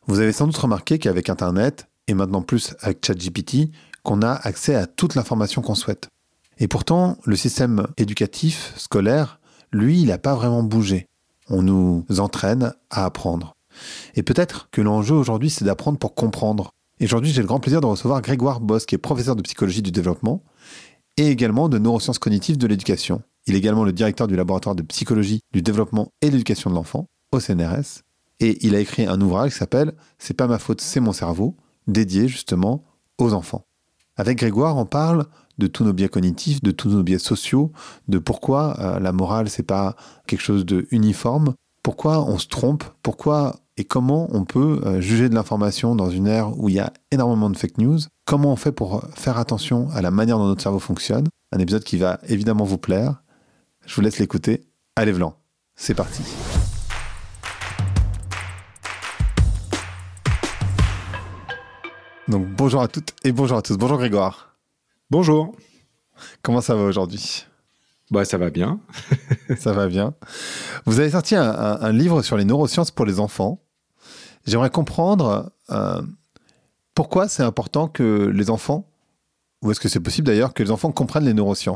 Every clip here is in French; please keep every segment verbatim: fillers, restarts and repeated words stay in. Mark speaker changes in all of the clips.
Speaker 1: Vous avez sans doute remarqué qu'avec Internet, et maintenant plus avec ChatGPT, qu'on a accès à toute l'information qu'on souhaite. Et pourtant, le système éducatif, scolaire, lui, il n'a pas vraiment bougé. On nous entraîne à apprendre. Et peut-être que l'enjeu aujourd'hui, c'est d'apprendre pour comprendre. Et aujourd'hui, j'ai le grand plaisir de recevoir Grégoire Bosse, qui est professeur de psychologie du développement et également de neurosciences cognitives de l'éducation. Il est également le directeur du laboratoire de psychologie du développement et de l'éducation de l'enfant, au C N R S. Et il a écrit un ouvrage qui s'appelle « C'est pas ma faute, c'est mon cerveau », dédié justement aux enfants. Avec Grégoire, on parle de tous nos biais cognitifs, de tous nos biais sociaux, de pourquoi euh, la morale, c'est pas quelque chose de uniforme, pourquoi on se trompe, pourquoi et comment on peut euh, juger de l'information dans une ère où il y a énormément de fake news, comment on fait pour faire attention à la manière dont notre cerveau fonctionne. Un épisode qui va évidemment vous plaire. Je vous laisse l'écouter. Allez, Vlan, c'est parti. Donc bonjour à toutes et bonjour à tous. Bonjour Grégoire.
Speaker 2: Bonjour.
Speaker 1: Comment ça va aujourd'hui ?
Speaker 2: Bah ça va bien.
Speaker 1: Ça va bien. Vous avez sorti un, un, un livre sur les neurosciences pour les enfants. J'aimerais comprendre euh, pourquoi c'est important que les enfants, ou est-ce que c'est possible d'ailleurs, que les enfants comprennent les neurosciences ?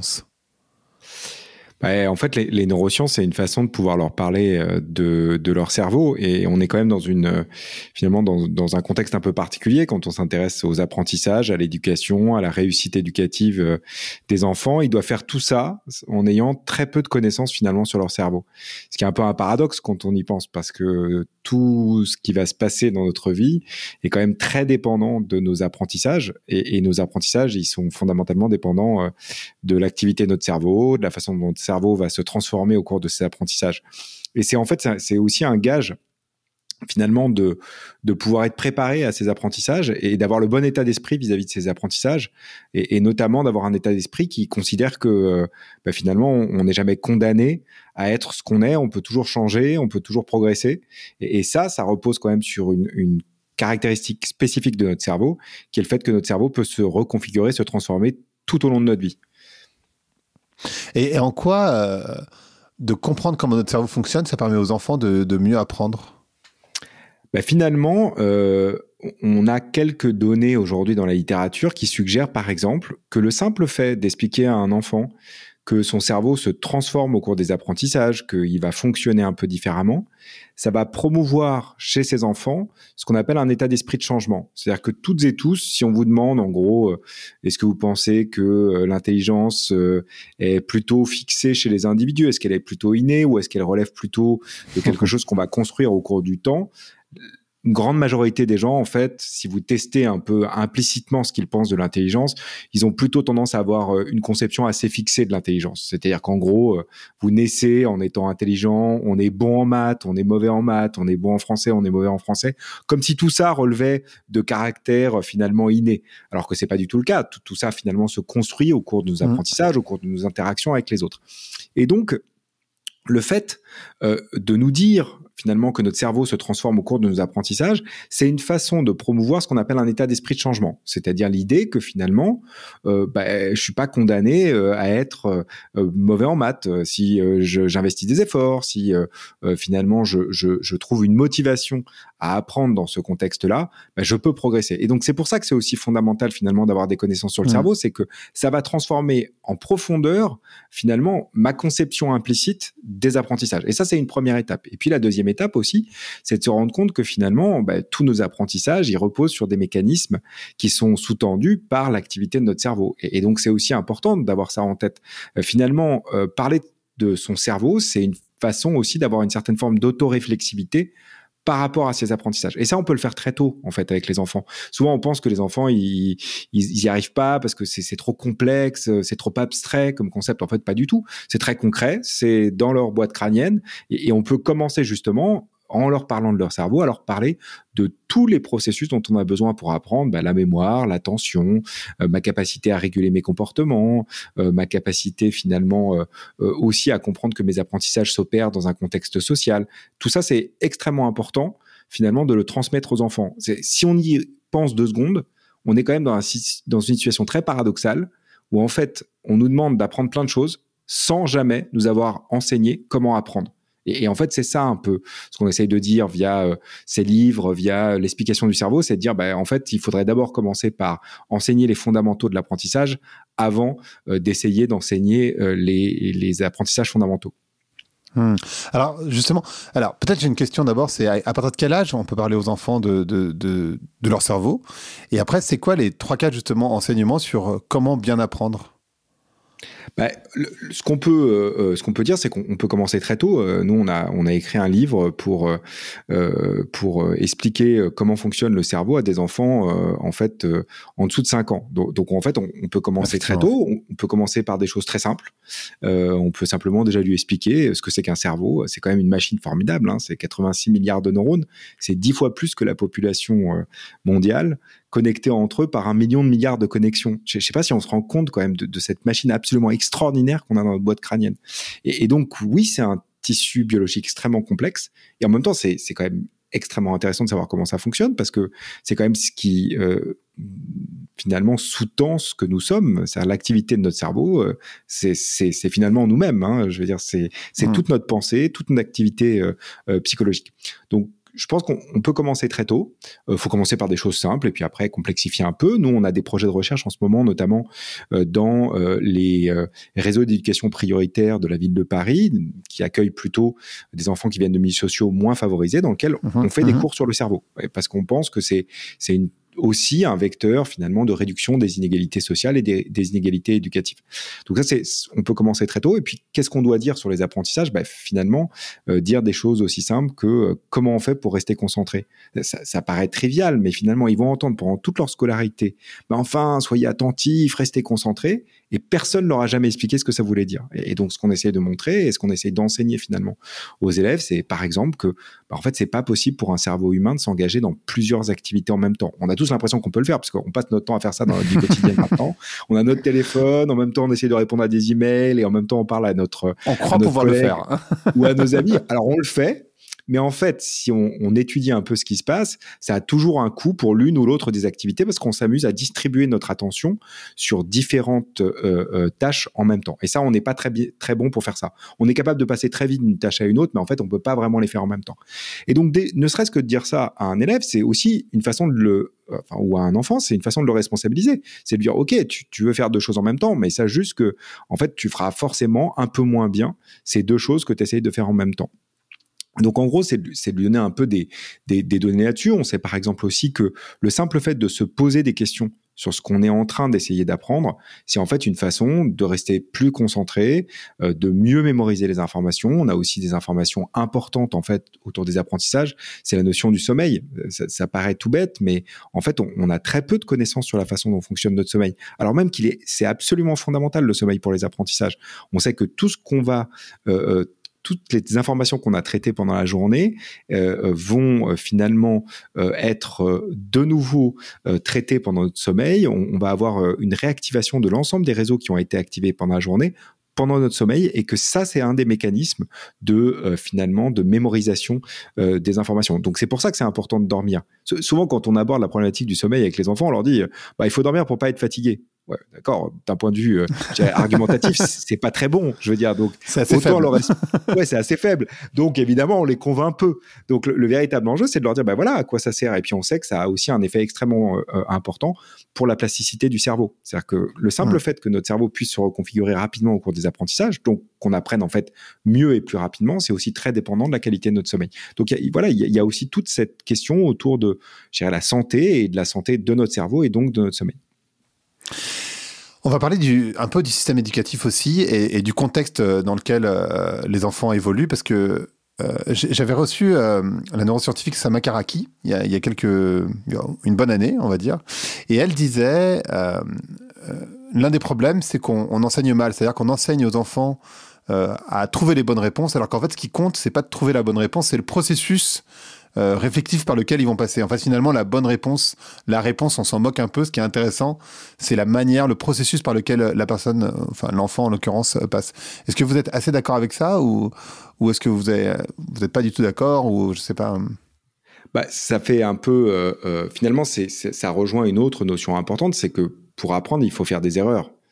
Speaker 2: Bah, en fait, les, les neurosciences, c'est une façon de pouvoir leur parler de, de leur cerveau. Et on est quand même dans une, finalement, dans, dans un contexte un peu particulier quand on s'intéresse aux apprentissages, à l'éducation, à la réussite éducative des enfants. Ils doivent faire tout ça en ayant très peu de connaissances finalement sur leur cerveau. Ce qui est un peu un paradoxe quand on y pense, parce que tout ce qui va se passer dans notre vie est quand même très dépendant de nos apprentissages. Et, et nos apprentissages, ils sont fondamentalement dépendants de l'activité de notre cerveau, de la façon dont notre cerveau va se transformer au cours de ces apprentissages. Et c'est en fait, c'est aussi un gage finalement de, de pouvoir être préparé à ces apprentissages et d'avoir le bon état d'esprit vis-à-vis de ces apprentissages et, et notamment d'avoir un état d'esprit qui considère que euh, bah, finalement on n'est jamais condamné à être ce qu'on est, on peut toujours changer, on peut toujours progresser et, et ça, ça repose quand même sur une, une caractéristique spécifique de notre cerveau qui est le fait que notre cerveau peut se reconfigurer, se transformer tout au long de notre vie.
Speaker 1: Et, et en quoi euh, de comprendre comment notre cerveau fonctionne, ça permet aux enfants de, de mieux apprendre ?
Speaker 2: Bah finalement, euh, on a quelques données aujourd'hui dans la littérature qui suggèrent, par exemple, que le simple fait d'expliquer à un enfant que son cerveau se transforme au cours des apprentissages, qu'il va fonctionner un peu différemment, ça va promouvoir chez ces enfants ce qu'on appelle un état d'esprit de changement. C'est-à-dire que toutes et tous, si on vous demande, en gros, euh, est-ce que vous pensez que euh, l'intelligence euh, est plutôt fixée chez les individus ? Est-ce qu'elle est plutôt innée ou est-ce qu'elle relève plutôt de quelque chose qu'on va construire au cours du temps ? Une grande majorité des gens, en fait, si vous testez un peu implicitement ce qu'ils pensent de l'intelligence, ils ont plutôt tendance à avoir une conception assez fixée de l'intelligence. C'est-à-dire qu'en gros, vous naissez en étant intelligent, on est bon en maths, on est mauvais en maths, on est bon en français, on est mauvais en français, comme si tout ça relevait de caractères finalement innés. Alors que c'est pas du tout le cas. Tout, tout ça finalement se construit au cours de nos apprentissages, au cours de nos interactions avec les autres. Et donc, le fait euh, de nous dire finalement que notre cerveau se transforme au cours de nos apprentissages, c'est une façon de promouvoir ce qu'on appelle un état d'esprit de changement. C'est-à-dire l'idée que finalement, euh, bah, je suis pas condamné euh, à être euh, mauvais en maths euh, si euh, je, j'investis des efforts, si euh, euh, finalement je, je, je trouve une motivation à apprendre dans ce contexte-là, bah, je peux progresser. Et donc c'est pour ça que c'est aussi fondamental finalement d'avoir des connaissances sur le mmh. cerveau, c'est que ça va transformer en profondeur finalement ma conception implicite des apprentissages. Et ça, c'est une première étape. Et puis la deuxième étape aussi, c'est de se rendre compte que finalement, bah, tous nos apprentissages, ils reposent sur des mécanismes qui sont sous-tendus par l'activité de notre cerveau. Et, et donc, c'est aussi important d'avoir ça en tête. Euh, finalement, euh, parler de son cerveau, c'est une façon aussi d'avoir une certaine forme d'autoréflexivité par rapport à ces apprentissages. Et ça, on peut le faire très tôt, en fait, avec les enfants. Souvent, on pense que les enfants, ils, ils, ils y arrivent pas parce que c'est, c'est trop complexe, c'est trop abstrait comme concept. En fait, pas du tout. C'est très concret, c'est dans leur boîte crânienne et, et on peut commencer justement en leur parlant de leur cerveau, à leur parler de tous les processus dont on a besoin pour apprendre, bah, la mémoire, l'attention, euh, ma capacité à réguler mes comportements, euh, ma capacité finalement euh, euh, aussi à comprendre que mes apprentissages s'opèrent dans un contexte social. Tout ça, c'est extrêmement important finalement de le transmettre aux enfants. C'est, si on y pense deux secondes, on est quand même dans, un, dans une situation très paradoxale où en fait, on nous demande d'apprendre plein de choses sans jamais nous avoir enseigné comment apprendre. Et, et en fait, c'est ça un peu ce qu'on essaye de dire via euh, ces livres, via l'explication du cerveau, c'est de dire, bah, en fait, il faudrait d'abord commencer par enseigner les fondamentaux de l'apprentissage avant euh, d'essayer d'enseigner euh, les, les apprentissages fondamentaux.
Speaker 1: Hmm. Alors justement, alors peut-être j'ai une question d'abord, c'est à, à partir de quel âge on peut parler aux enfants de, de, de, de leur cerveau? Et après, c'est quoi les trois quatre justement enseignements sur comment bien apprendre?
Speaker 2: Bah, le, ce qu'on peut, euh, ce qu'on peut dire, c'est qu'on peut commencer très tôt. Euh, nous, on a, on a écrit un livre pour, euh, pour expliquer comment fonctionne le cerveau à des enfants, euh, en fait, euh, en dessous de cinq ans. Donc, donc en fait, on, on peut commencer très tôt. On, on peut commencer par des choses très simples. Euh, on peut simplement déjà lui expliquer ce que c'est qu'un cerveau. C'est quand même une machine formidable. Hein. C'est quatre-vingt-six milliards de neurones. C'est dix fois plus que la population euh, mondiale, connectés entre eux par un million de milliards de connexions. Je ne sais pas si on se rend compte quand même de, de cette machine absolument extraordinaire qu'on a dans notre boîte crânienne. Et, et donc, oui, c'est un tissu biologique extrêmement complexe. Et en même temps, c'est, c'est quand même extrêmement intéressant de savoir comment ça fonctionne, parce que c'est quand même ce qui, euh, finalement, sous-tend ce que nous sommes. C'est-à-dire l'activité de notre cerveau, euh, c'est, c'est, c'est finalement nous-mêmes. Hein. Je veux dire, c'est, c'est mmh. toute notre pensée, toute notre activité euh, euh, psychologique. Donc, je pense qu'on peut commencer très tôt. Il euh, faut commencer par des choses simples et puis après complexifier un peu. Nous, on a des projets de recherche en ce moment, notamment euh, dans euh, les euh, réseaux d'éducation prioritaires de la ville de Paris, qui accueillent plutôt des enfants qui viennent de milieux sociaux moins favorisés, dans lesquels mmh, on fait mmh. des cours sur le cerveau. Parce qu'on pense que c'est, c'est une aussi un vecteur finalement de réduction des inégalités sociales et des, des inégalités éducatives. Donc ça, c'est, on peut commencer très tôt. Et puis, qu'est-ce qu'on doit dire sur les apprentissages? Bah, finalement, euh, dire des choses aussi simples que euh, comment on fait pour rester concentré. Ça, ça paraît trivial, mais finalement, ils vont entendre pendant toute leur scolarité, bah, enfin, soyez attentifs, restez concentrés, et personne ne leur a jamais expliqué ce que ça voulait dire. Et, et donc, ce qu'on essaye de montrer et ce qu'on essaye d'enseigner finalement aux élèves, c'est par exemple que, bah, en fait, c'est pas possible pour un cerveau humain de s'engager dans plusieurs activités en même temps. On a tous l'impression qu'on peut le faire parce qu'on passe notre temps à faire ça dans notre vie quotidienne maintenant. On a notre téléphone, en même temps on essaie de répondre à des emails et en même temps on parle à notre
Speaker 1: on croit notre pouvoir le faire
Speaker 2: ou à nos amis. Alors on le fait, mais en fait si on, on étudie un peu ce qui se passe, ça a toujours un coût pour l'une ou l'autre des activités parce qu'on s'amuse à distribuer notre attention sur différentes euh, euh, tâches en même temps. Et ça, on n'est pas très bi- très bon pour faire ça. On est capable de passer très vite d'une tâche à une autre, mais en fait on peut pas vraiment les faire en même temps. Et donc des, ne serait-ce que de dire ça à un élève, c'est aussi une façon de le Enfin, ou à un enfant, c'est une façon de le responsabiliser. C'est de dire, OK, tu, tu veux faire deux choses en même temps, mais sache juste que, en fait, tu feras forcément un peu moins bien ces deux choses que tu essayes de faire en même temps. Donc, en gros, c'est de, c'est de lui donner un peu des, des, des données là-dessus. On sait par exemple aussi que le simple fait de se poser des questions sur ce qu'on est en train d'essayer d'apprendre, c'est en fait une façon de rester plus concentré, euh, de mieux mémoriser les informations. On a aussi des informations importantes en fait autour des apprentissages. C'est la notion du sommeil. Ça, ça paraît tout bête, mais en fait, on, on a très peu de connaissances sur la façon dont fonctionne notre sommeil. Alors même qu'il est, c'est absolument fondamental le sommeil pour les apprentissages. On sait que tout ce qu'on va euh, toutes les informations qu'on a traitées pendant la journée euh, vont euh, finalement euh, être euh, de nouveau euh, traitées pendant notre sommeil. On, on va avoir euh, une réactivation de l'ensemble des réseaux qui ont été activés pendant la journée pendant notre sommeil, et que ça, c'est un des mécanismes de euh, finalement de mémorisation euh, des informations. Donc c'est pour ça que c'est important de dormir. S- souvent, quand on aborde la problématique du sommeil avec les enfants, on leur dit bah, il faut dormir pour pas être fatigué. Ouais, d'accord. D'un point de vue euh, argumentatif, c'est pas très bon. Je veux dire, donc
Speaker 1: c'est assez
Speaker 2: autant
Speaker 1: faible.
Speaker 2: leur es- ouais, c'est assez faible. Donc évidemment, on les convainc peu. Donc le, le véritable enjeu, c'est de leur dire, bah voilà, à quoi ça sert. Et puis on sait que ça a aussi un effet extrêmement euh, important pour la plasticité du cerveau. C'est-à-dire que le simple mmh. fait que notre cerveau puisse se reconfigurer rapidement au cours des apprentissages, donc qu'on apprenne en fait mieux et plus rapidement, c'est aussi très dépendant de la qualité de notre sommeil. Donc y a, voilà, il y, y a aussi toute cette question autour de, je dirais, la santé et de la santé de notre cerveau et donc de notre sommeil.
Speaker 1: On va parler du, un peu du système éducatif aussi et, et du contexte dans lequel euh, les enfants évoluent, parce que euh, j'avais reçu euh, la neuroscientifique Sama Karaki il y a, il y a quelques, il y a une bonne année, on va dire, et elle disait euh, euh, l'un des problèmes, c'est qu'on on enseigne mal, c'est-à-dire qu'on enseigne aux enfants euh, à trouver les bonnes réponses, alors qu'en fait, ce qui compte, c'est pas de trouver la bonne réponse, c'est le processus Euh, réflectif par lequel ils vont passer. En fait, finalement, la bonne réponse, la réponse, on s'en moque un peu. Ce qui est intéressant, c'est la manière, le processus par lequel la personne, enfin l'enfant en l'occurrence, passe. Est-ce que vous êtes assez d'accord avec ça, ou, ou est-ce que vous n'êtes vous êtes pas du tout d'accord, ou je sais pas.
Speaker 2: Bah, ça fait un peu, euh, euh, finalement, c'est, c'est, ça rejoint une autre notion importante, c'est que pour apprendre, il faut faire des erreurs.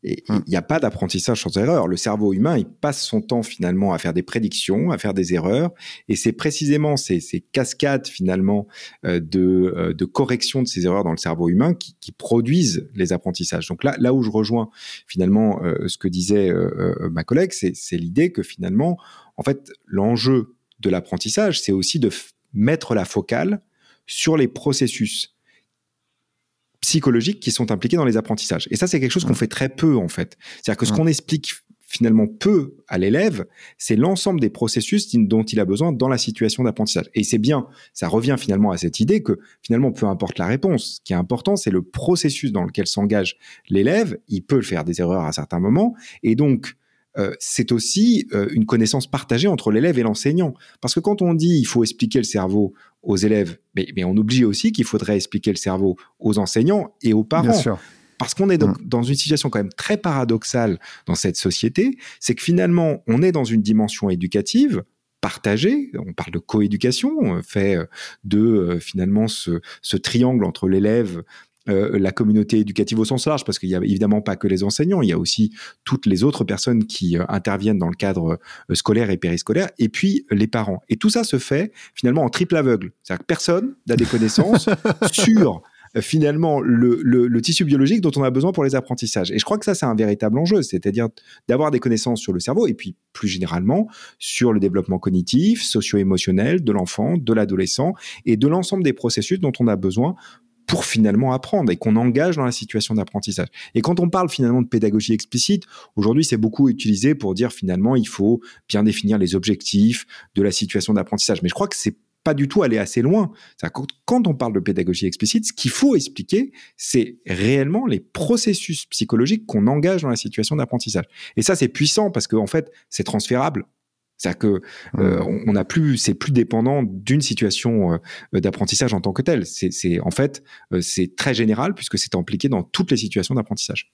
Speaker 2: Et il n'y a pas d'apprentissage sans erreur. Le cerveau humain, il passe son temps finalement à faire des prédictions, à faire des erreurs. Et c'est précisément ces, ces cascades finalement euh, de, euh, de correction de ces erreurs dans le cerveau humain qui, qui produisent les apprentissages. Donc là, là où je rejoins finalement euh, ce que disait euh, euh, ma collègue, c'est, c'est l'idée que finalement, en fait, l'enjeu de l'apprentissage, c'est aussi de f- mettre la focale sur les processus psychologiques qui sont impliqués dans les apprentissages. Et ça, c'est quelque chose qu'on fait très peu, en fait. C'est-à-dire que ce qu'on explique finalement peu à l'élève, c'est l'ensemble des processus dont il a besoin dans la situation d'apprentissage. Et c'est bien, ça revient finalement à cette idée que finalement, peu importe la réponse, ce qui est important, c'est le processus dans lequel s'engage l'élève. Il peut faire des erreurs à certains moments. Et donc, Euh, c'est aussi euh, une connaissance partagée entre l'élève et l'enseignant. Parce que quand on dit il faut expliquer le cerveau aux élèves, mais, mais on oublie aussi qu'il faudrait expliquer le cerveau aux enseignants et aux parents.
Speaker 1: Bien sûr.
Speaker 2: Parce qu'on est donc mmh. dans une situation quand même très paradoxale dans cette société, c'est que finalement, on est dans une dimension éducative partagée, on parle de coéducation, on fait de euh, finalement ce, ce triangle entre l'élève, Euh, la communauté éducative au sens large, parce qu'il n'y a évidemment pas que les enseignants, il y a aussi toutes les autres personnes qui euh, interviennent dans le cadre euh, scolaire et périscolaire, et puis euh, les parents. Et tout ça se fait finalement en triple aveugle. C'est-à-dire que personne n'a des connaissances sur euh, finalement le, le, le tissu biologique dont on a besoin pour les apprentissages. Et je crois que ça, c'est un véritable enjeu, c'est-à-dire d'avoir des connaissances sur le cerveau, et puis plus généralement sur le développement cognitif, socio-émotionnel de l'enfant, de l'adolescent, et de l'ensemble des processus dont on a besoin pour finalement apprendre et qu'on engage dans la situation d'apprentissage. Et quand on parle finalement de pédagogie explicite, aujourd'hui c'est beaucoup utilisé pour dire finalement il faut bien définir les objectifs de la situation d'apprentissage. Mais je crois que c'est pas du tout aller assez loin. C'est-à-dire, quand on parle de pédagogie explicite, ce qu'il faut expliquer, c'est réellement les processus psychologiques qu'on engage dans la situation d'apprentissage. Et ça c'est puissant parce qu'en fait c'est transférable. C'est-à-dire que euh, on n'a plus, c'est plus dépendant d'une situation euh, d'apprentissage en tant que telle. C'est, c'est en fait, euh, c'est très général puisque c'est impliqué dans toutes les situations d'apprentissage.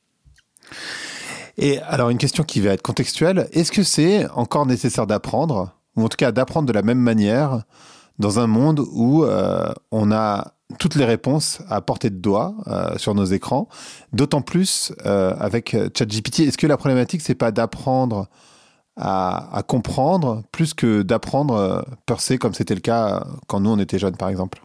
Speaker 1: Et alors une question qui va être contextuelle, est-ce que c'est encore nécessaire d'apprendre, ou en tout cas d'apprendre de la même manière, dans un monde où euh, on a toutes les réponses à portée de doigt euh, sur nos écrans, d'autant plus euh, avec ChatGPT. Est-ce que la problématique c'est pas d'apprendre À, à comprendre plus que d'apprendre euh, per se, comme c'était le cas quand nous on était jeunes par exemple?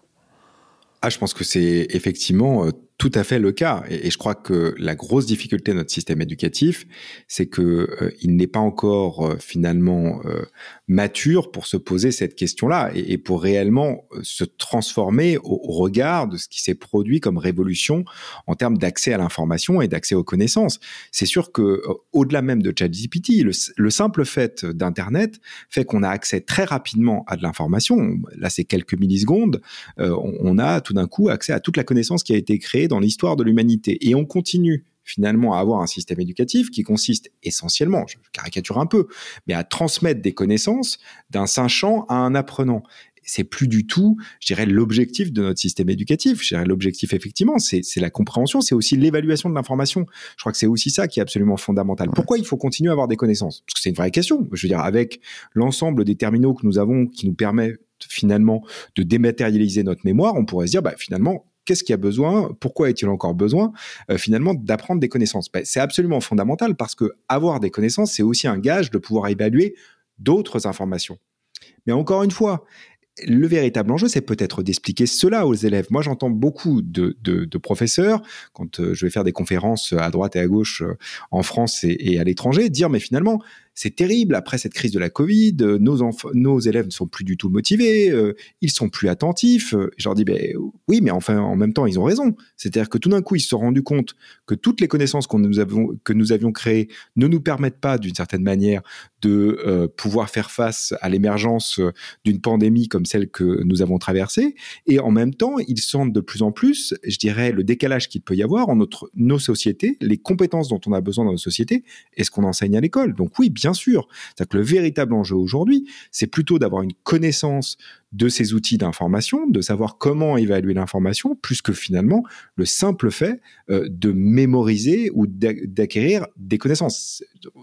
Speaker 2: Ah, je pense que c'est effectivement euh, tout à fait le cas. Et, et je crois que la grosse difficulté de notre système éducatif, c'est que euh, il n'est pas encore euh, finalement euh, mature pour se poser cette question-là et, et pour réellement euh, se transformer au, au regard de ce qui s'est produit comme révolution en termes d'accès à l'information et d'accès aux connaissances. C'est sûr que euh, au-delà même de ChatGPT, le, le simple fait d'Internet fait qu'on a accès très rapidement à de l'information. Là, c'est quelques millisecondes. Euh, on, on a tout d'un coup accès à toute la connaissance qui a été créée dans l'histoire de l'humanité. Et on continue finalement à avoir un système éducatif qui consiste essentiellement, je caricature un peu, mais à transmettre des connaissances d'un sachant à un apprenant. C'est plus du tout, je dirais, l'objectif de notre système éducatif. Je dirais l'objectif, effectivement, c'est, c'est la compréhension, c'est aussi l'évaluation de l'information. Je crois que c'est aussi ça qui est absolument fondamental. Pourquoi il faut continuer à avoir des connaissances? Parce que c'est une vraie question. Je veux dire, avec l'ensemble des terminaux que nous avons qui nous permettent finalement de dématérialiser notre mémoire, on pourrait se dire, bah, finalement, qu'est-ce qu'il y a besoin? Pourquoi est-il encore besoin euh, finalement d'apprendre des connaissances? Ben, c'est absolument fondamental parce que avoir des connaissances, c'est aussi un gage de pouvoir évaluer d'autres informations. Mais encore une fois, le véritable enjeu, c'est peut-être d'expliquer cela aux élèves. Moi, j'entends beaucoup de, de, de professeurs, quand euh, je vais faire des conférences à droite et à gauche euh, en France et, et à l'étranger, dire mais finalement, c'est terrible, après cette crise de la Covid, euh, nos, enf- nos élèves ne sont plus du tout motivés, euh, ils sont plus attentifs. Euh, je leur dis, ben, oui, mais enfin, en même temps, ils ont raison. C'est-à-dire que tout d'un coup, ils se sont rendus compte que toutes les connaissances qu'on nous avons, que nous avions créées ne nous permettent pas, d'une certaine manière, de euh, pouvoir faire face à l'émergence euh, d'une pandémie comme celle que nous avons traversée. Et en même temps, ils sentent de plus en plus, je dirais, le décalage qu'il peut y avoir en notre, nos sociétés, les compétences dont on a besoin dans nos sociétés, et ce qu'on enseigne à l'école. Donc oui, bien sûr. C'est-à-dire que le véritable enjeu aujourd'hui, c'est plutôt d'avoir une connaissance de ces outils d'information, de savoir comment évaluer l'information, plus que finalement le simple fait euh, de mémoriser ou d'acquérir des connaissances.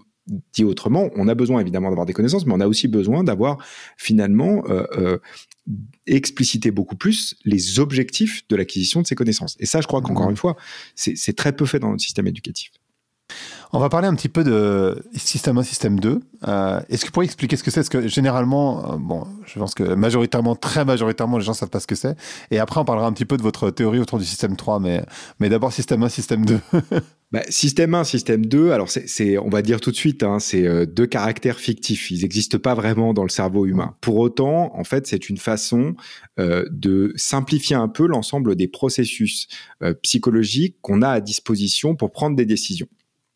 Speaker 2: Dit autrement, on a besoin évidemment d'avoir des connaissances, mais on a aussi besoin d'avoir finalement euh, euh, explicité beaucoup plus les objectifs de l'acquisition de ces connaissances. Et ça, je crois qu'encore une fois, c'est, c'est très peu fait dans notre système éducatif.
Speaker 1: On va parler un petit peu de système un, système deux. Euh, est-ce que vous pourriez expliquer ce que c'est? Parce que généralement, euh, bon, je pense que majoritairement, très majoritairement, les gens ne savent pas ce que c'est. Et après, on parlera un petit peu de votre théorie autour du système trois. Mais, mais d'abord, système un, système deux.
Speaker 2: Bah, système un, système deux, alors c'est, c'est, on va dire tout de suite, hein, c'est euh, deux caractères fictifs. Ils n'existent pas vraiment dans le cerveau humain. Pour autant, en fait, c'est une façon euh, de simplifier un peu l'ensemble des processus euh, psychologiques qu'on a à disposition pour prendre des décisions.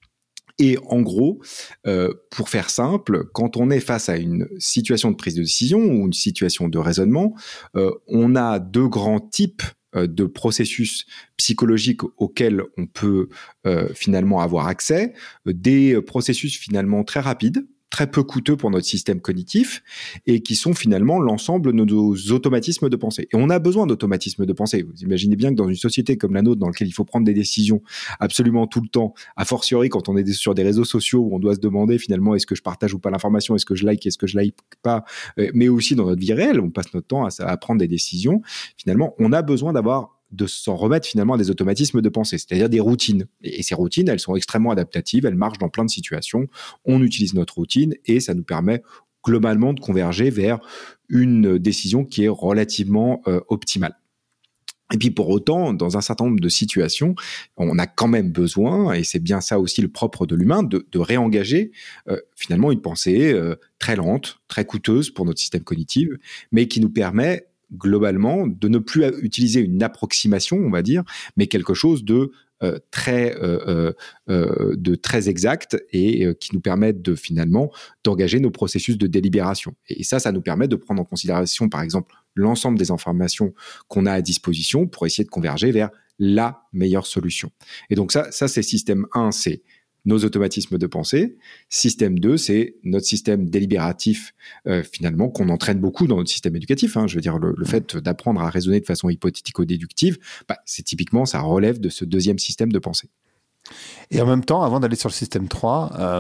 Speaker 2: Et en gros, euh, pour faire simple, quand on est face à une situation de prise de décision ou une situation de raisonnement, euh, on a deux grands types de processus psychologiques auxquels on peut euh, finalement avoir accès, des processus finalement très rapides, très peu coûteux pour notre système cognitif et qui sont finalement l'ensemble de nos automatismes de pensée. Et on a besoin d'automatismes de pensée. Vous imaginez bien que dans une société comme la nôtre, dans laquelle il faut prendre des décisions absolument tout le temps, a fortiori quand on est sur des réseaux sociaux où on doit se demander finalement est-ce que je partage ou pas l'information, est-ce que je like, est-ce que je like pas, mais aussi dans notre vie réelle, on passe notre temps à, à prendre des décisions. Finalement, on a besoin d'avoir de s'en remettre finalement à des automatismes de pensée, c'est-à-dire des routines. Et ces routines, elles sont extrêmement adaptatives, elles marchent dans plein de situations. On utilise notre routine et ça nous permet globalement de converger vers une décision qui est relativement euh, optimale. Et puis pour autant, dans un certain nombre de situations, on a quand même besoin, et c'est bien ça aussi le propre de l'humain, de, de réengager euh, finalement une pensée euh, très lente, très coûteuse pour notre système cognitif, mais qui nous permet globalement de ne plus utiliser une approximation, on va dire, mais quelque chose de euh, très euh, euh, de très exact et euh, qui nous permettent de finalement d'engager nos processus de délibération. Et ça, ça nous permet de prendre en considération, par exemple, l'ensemble des informations qu'on a à disposition pour essayer de converger vers la meilleure solution. Et donc ça, ça c'est système un, c'est nos automatismes de pensée. Système deux, c'est notre système délibératif, euh, finalement, qu'on entraîne beaucoup dans notre système éducatif. Hein. Je veux dire, le, le fait d'apprendre à raisonner de façon hypothético-déductive, bah, c'est typiquement, ça relève de ce deuxième système de pensée.
Speaker 1: Et en même temps, avant d'aller sur le système trois, euh,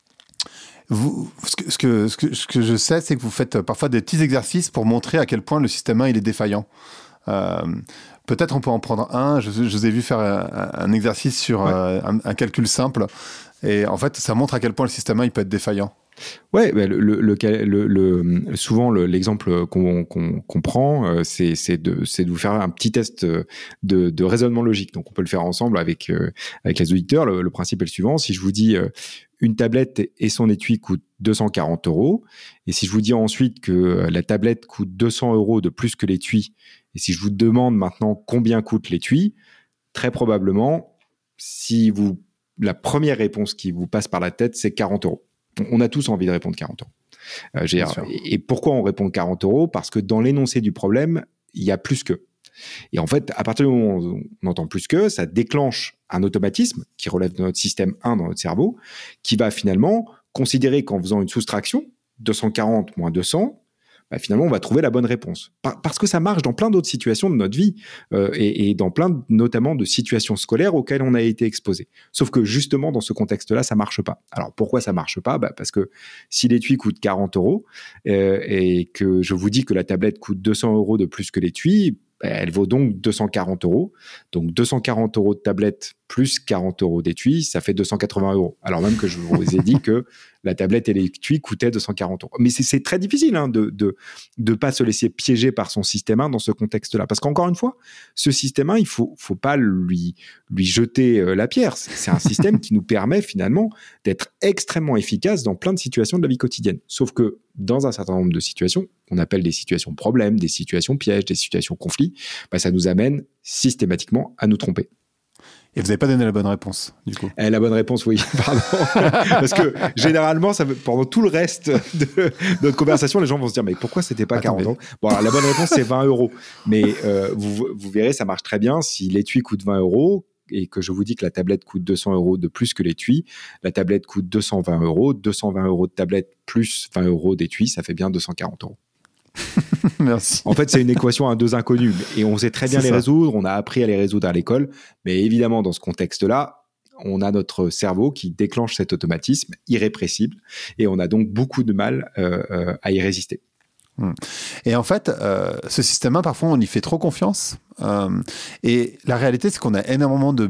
Speaker 1: vous, ce, que, ce, que, ce, que, ce que je sais, c'est que vous faites parfois des petits exercices pour montrer à quel point le système un il est défaillant. Euh, peut-être on peut en prendre un. Je, je vous ai vu faire un, un exercice sur ouais. euh, un, un calcul simple. Et en fait, ça montre à quel point le système un il peut être défaillant.
Speaker 2: Ouais, bah le, le, le, le, souvent le, l'exemple qu'on, qu'on, qu'on prend, euh, c'est, c'est, de, c'est de vous faire un petit test de, de raisonnement logique. Donc, on peut le faire ensemble avec, euh, avec les auditeurs. Le, le principe est le suivant. Si je vous dis euh, une tablette et son étui coûtent deux cent quarante euros, et si je vous dis ensuite que la tablette coûte deux cents euros de plus que l'étui, et si je vous demande maintenant combien coûte l'étui, très probablement, si vous, la première réponse qui vous passe par la tête, c'est quarante euros. On a tous envie de répondre quarante euros. Euh, j'ai, et pourquoi on répond quarante euros? Parce que dans l'énoncé du problème, il y a plus que. Et en fait, à partir du moment où on entend plus que, ça déclenche un automatisme qui relève de notre système un dans notre cerveau, qui va finalement considérer qu'en faisant une soustraction, deux cent quarante moins deux cents, bah finalement, on va trouver la bonne réponse. Par, parce que ça marche dans plein d'autres situations de notre vie euh, et, et dans plein, notamment, de situations scolaires auxquelles on a été exposé. Sauf que justement, dans ce contexte-là, ça marche pas. Alors, pourquoi ça marche pas? Bah, parce que si l'étui coûte quarante euros euh, et que je vous dis que la tablette coûte deux cents euros de plus que l'étui, bah, elle vaut donc deux cent quarante euros. Donc, deux cent quarante euros de tablette plus quarante euros d'étui, ça fait deux cent quatre-vingts euros. Alors même que je vous ai dit que la tablette et l'étui coûtaient deux cent quarante euros. Mais c'est, c'est très difficile hein, de de de pas se laisser piéger par son système un dans ce contexte-là. Parce qu'encore une fois, ce système un, il faut faut pas lui lui jeter euh, la pierre. C'est, c'est un système qui nous permet finalement d'être extrêmement efficace dans plein de situations de la vie quotidienne. Sauf que dans un certain nombre de situations, qu'on appelle des situations problèmes, des situations pièges, des situations conflits, bah, ça nous amène systématiquement à nous tromper.
Speaker 1: Et vous n'avez pas donné la bonne réponse, du coup.
Speaker 2: Eh, la bonne réponse, oui, pardon. Parce que généralement, ça, pendant tout le reste de notre conversation, les gens vont se dire, mais pourquoi c'était pas quarante euros? Bon, alors, la bonne réponse, c'est vingt euros. Mais euh, vous, vous verrez, ça marche très bien. Si l'étui coûte vingt euros et que je vous dis que la tablette coûte deux cents euros de plus que l'étui, la tablette coûte deux cent vingt euros. deux cent vingt euros de tablette plus vingt euros d'étui, ça fait bien deux cent quarante euros.
Speaker 1: Merci.
Speaker 2: En fait, c'est une équation à deux inconnus et on sait très bien c'est les ça. résoudre. On a appris à les résoudre à l'école, mais évidemment, dans ce contexte-là, on a notre cerveau qui déclenche cet automatisme irrépressible et on a donc beaucoup de mal euh, euh, à y résister.
Speaker 1: Et en fait, euh, ce système un, parfois, on y fait trop confiance. Euh, et la réalité, c'est qu'on a énormément de biais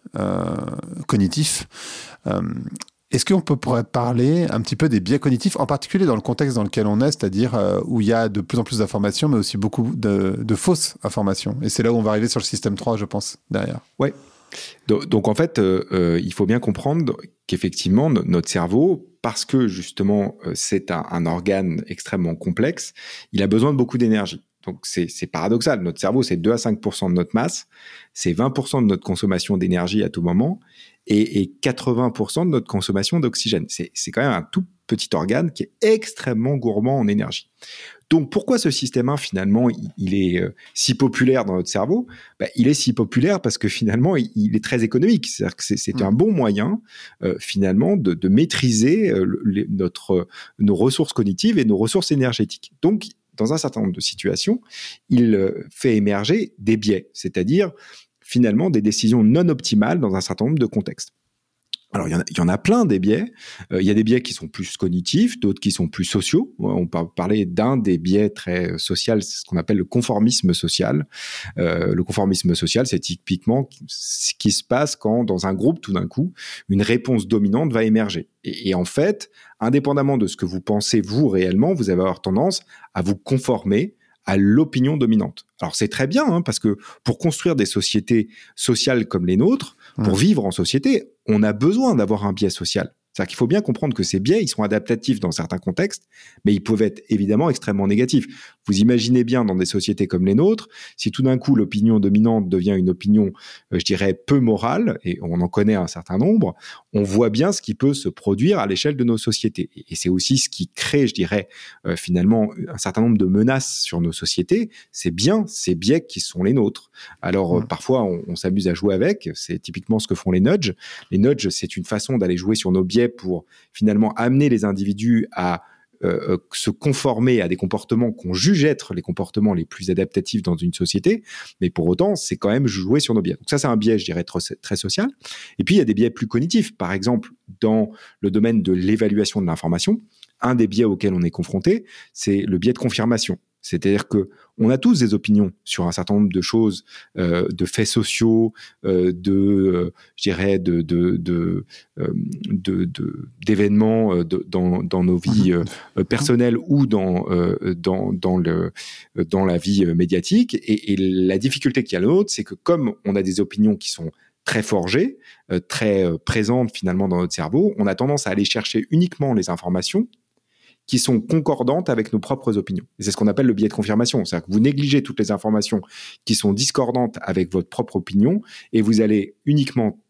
Speaker 1: euh, cognitifs. Euh, Est-ce qu'on peut, pourrait parler un petit peu des biais cognitifs, en particulier dans le contexte dans lequel on est, c'est-à-dire euh, où il y a de plus en plus d'informations, mais aussi beaucoup de, de fausses informations. Et c'est là où on va arriver sur le système trois, je pense, derrière.
Speaker 2: Ouais. Donc, donc en fait, euh, euh, il faut bien comprendre qu'effectivement, no- notre cerveau, parce que justement, euh, c'est un, un organe extrêmement complexe, il a besoin de beaucoup d'énergie. Donc c'est, c'est paradoxal. Notre cerveau, c'est deux à cinq pour cent de notre masse, c'est vingt pour cent de notre consommation d'énergie à tout moment, et, et quatre-vingts pour cent de notre consommation d'oxygène. C'est, c'est quand même un tout petit organe qui est extrêmement gourmand en énergie. Donc pourquoi ce système un, finalement, il, il est euh, si populaire dans notre cerveau ? Ben, il est si populaire parce que finalement, il, il est très économique. C'est-à-dire que c'est, c'est mmh. un bon moyen, euh, finalement, de, de maîtriser euh, le, notre, euh, nos ressources cognitives et nos ressources énergétiques. Donc, dans un certain nombre de situations, il euh, fait émerger des biais, c'est-à-dire finalement des décisions non optimales dans un certain nombre de contextes. Alors, il y en a, il y en a plein des biais. Euh, il y a des biais qui sont plus cognitifs, d'autres qui sont plus sociaux. On peut parler d'un des biais très social, c'est ce qu'on appelle le conformisme social. Euh, le conformisme social, c'est typiquement ce qui se passe quand, dans un groupe, tout d'un coup, une réponse dominante va émerger. Et, et en fait, indépendamment de ce que vous pensez, vous, réellement, vous allez avoir tendance à vous conformer à l'opinion dominante. Alors, c'est très bien, hein, parce que pour construire des sociétés sociales comme les nôtres, pour vivre en société, on a besoin d'avoir un biais social. C'est-à-dire qu'il faut bien comprendre que ces biais, ils sont adaptatifs dans certains contextes, mais ils peuvent être évidemment extrêmement négatifs. Vous imaginez bien dans des sociétés comme les nôtres, si tout d'un coup l'opinion dominante devient une opinion, euh, je dirais, peu morale, et on en connaît un certain nombre, on voit bien ce qui peut se produire à l'échelle de nos sociétés. Et c'est aussi ce qui crée, je dirais, euh, finalement, un certain nombre de menaces sur nos sociétés. C'est bien ces biais qui sont les nôtres. Alors, euh, mmh. parfois, on, on s'amuse à jouer avec. C'est typiquement ce que font les nudges. Les nudges, c'est une façon d'aller jouer sur nos biais pour finalement amener les individus à euh, se conformer à des comportements qu'on juge être les comportements les plus adaptatifs dans une société, mais pour autant, c'est quand même jouer sur nos biais. Donc ça, c'est un biais, je dirais, très, très social. Et puis, il y a des biais plus cognitifs. Par exemple, dans le domaine de l'évaluation de l'information, un des biais auxquels on est confronté, c'est le biais de confirmation. C'est-à-dire que on a tous des opinions sur un certain nombre de choses, euh, de faits sociaux, euh, de, euh, je dirais, de, de, de, euh, de, de d'événements euh, de, dans, dans nos vies euh, personnelles ou dans, euh, dans, dans le, dans la vie médiatique. Et, et la difficulté qu'il y a l'autre, c'est que comme on a des opinions qui sont très forgées, euh, très euh, présentes finalement dans notre cerveau, on a tendance à aller chercher uniquement les informations qui sont concordantes avec nos propres opinions. Et c'est ce qu'on appelle le biais de confirmation. C'est-à-dire que vous négligez toutes les informations qui sont discordantes avec votre propre opinion et vous allez uniquement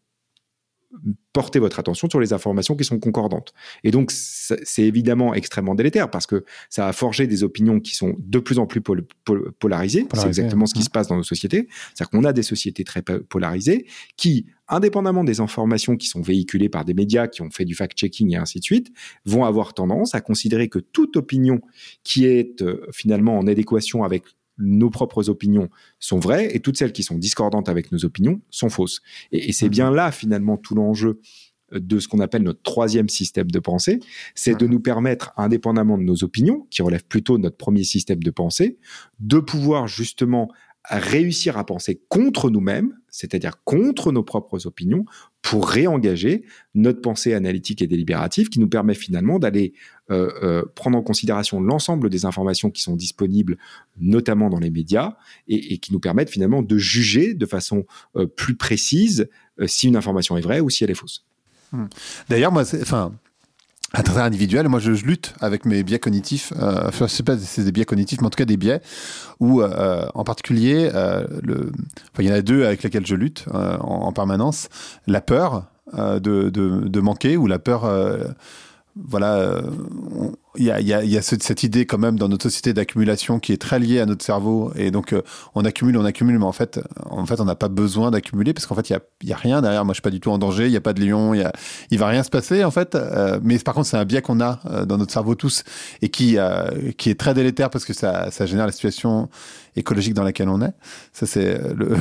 Speaker 2: porter votre attention sur les informations qui sont concordantes. Et donc, c'est évidemment extrêmement délétère parce que ça a forgé des opinions qui sont de plus en plus pol- pol- polarisées. Polarisé, c'est exactement ce qui mmh. se passe dans nos sociétés. C'est-à-dire qu'on a des sociétés très polarisées qui, indépendamment des informations qui sont véhiculées par des médias qui ont fait du fact-checking et ainsi de suite, vont avoir tendance à considérer que toute opinion qui est euh, finalement en adéquation avec nos propres opinions sont vraies et toutes celles qui sont discordantes avec nos opinions sont fausses. Et, et c'est mmh. bien là, finalement, tout l'enjeu de ce qu'on appelle notre troisième système de pensée, c'est mmh. de nous permettre, indépendamment de nos opinions, qui relèvent plutôt de notre premier système de pensée, de pouvoir justement réussir à penser contre nous-mêmes, c'est-à-dire contre nos propres opinions, pour réengager notre pensée analytique et délibérative qui nous permet finalement d'aller euh, euh, prendre en considération l'ensemble des informations qui sont disponibles, notamment dans les médias, et, et qui nous permettent finalement de juger de façon euh, plus précise euh, si une information est vraie ou si elle est fausse.
Speaker 1: D'ailleurs, moi, c'est, enfin, à travers individuel, moi, je, je lutte avec mes biais cognitifs. Euh, enfin, je sais pas si c'est des biais cognitifs, mais en tout cas des biais où, euh, en particulier, euh, le, enfin, il y en a deux avec lesquels je lutte euh, en, en permanence. La peur euh, de, de, de manquer ou la peur, euh, voilà, il y a, y a, y a ce, cette idée quand même dans notre société d'accumulation qui est très liée à notre cerveau. Et donc, euh, on accumule, on accumule, mais en fait, en fait on n'a pas besoin d'accumuler parce qu'en fait, il n'y a, y a rien derrière. Moi, je suis pas du tout en danger, il n'y a pas de lion, y a, il va rien se passer, en fait. Euh, mais par contre, c'est un biais qu'on a euh, dans notre cerveau tous et qui, euh, qui est très délétère parce que ça, ça génère la situation écologique dans laquelle on est. Ça, c'est le,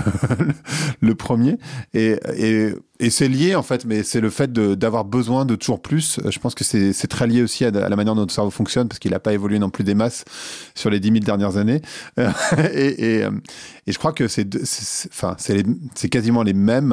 Speaker 1: le premier. Et, et, et c'est lié, en fait, mais c'est le fait de, d'avoir besoin de toujours plus. Je pense que c'est, c'est très lié aussi à, à la manière dont notre cerveau fonctionne, parce qu'il n'a pas évolué non plus des masses sur les dix mille dernières années. et, et, et je crois que c'est, c'est, enfin, c'est, les, c'est quasiment les mêmes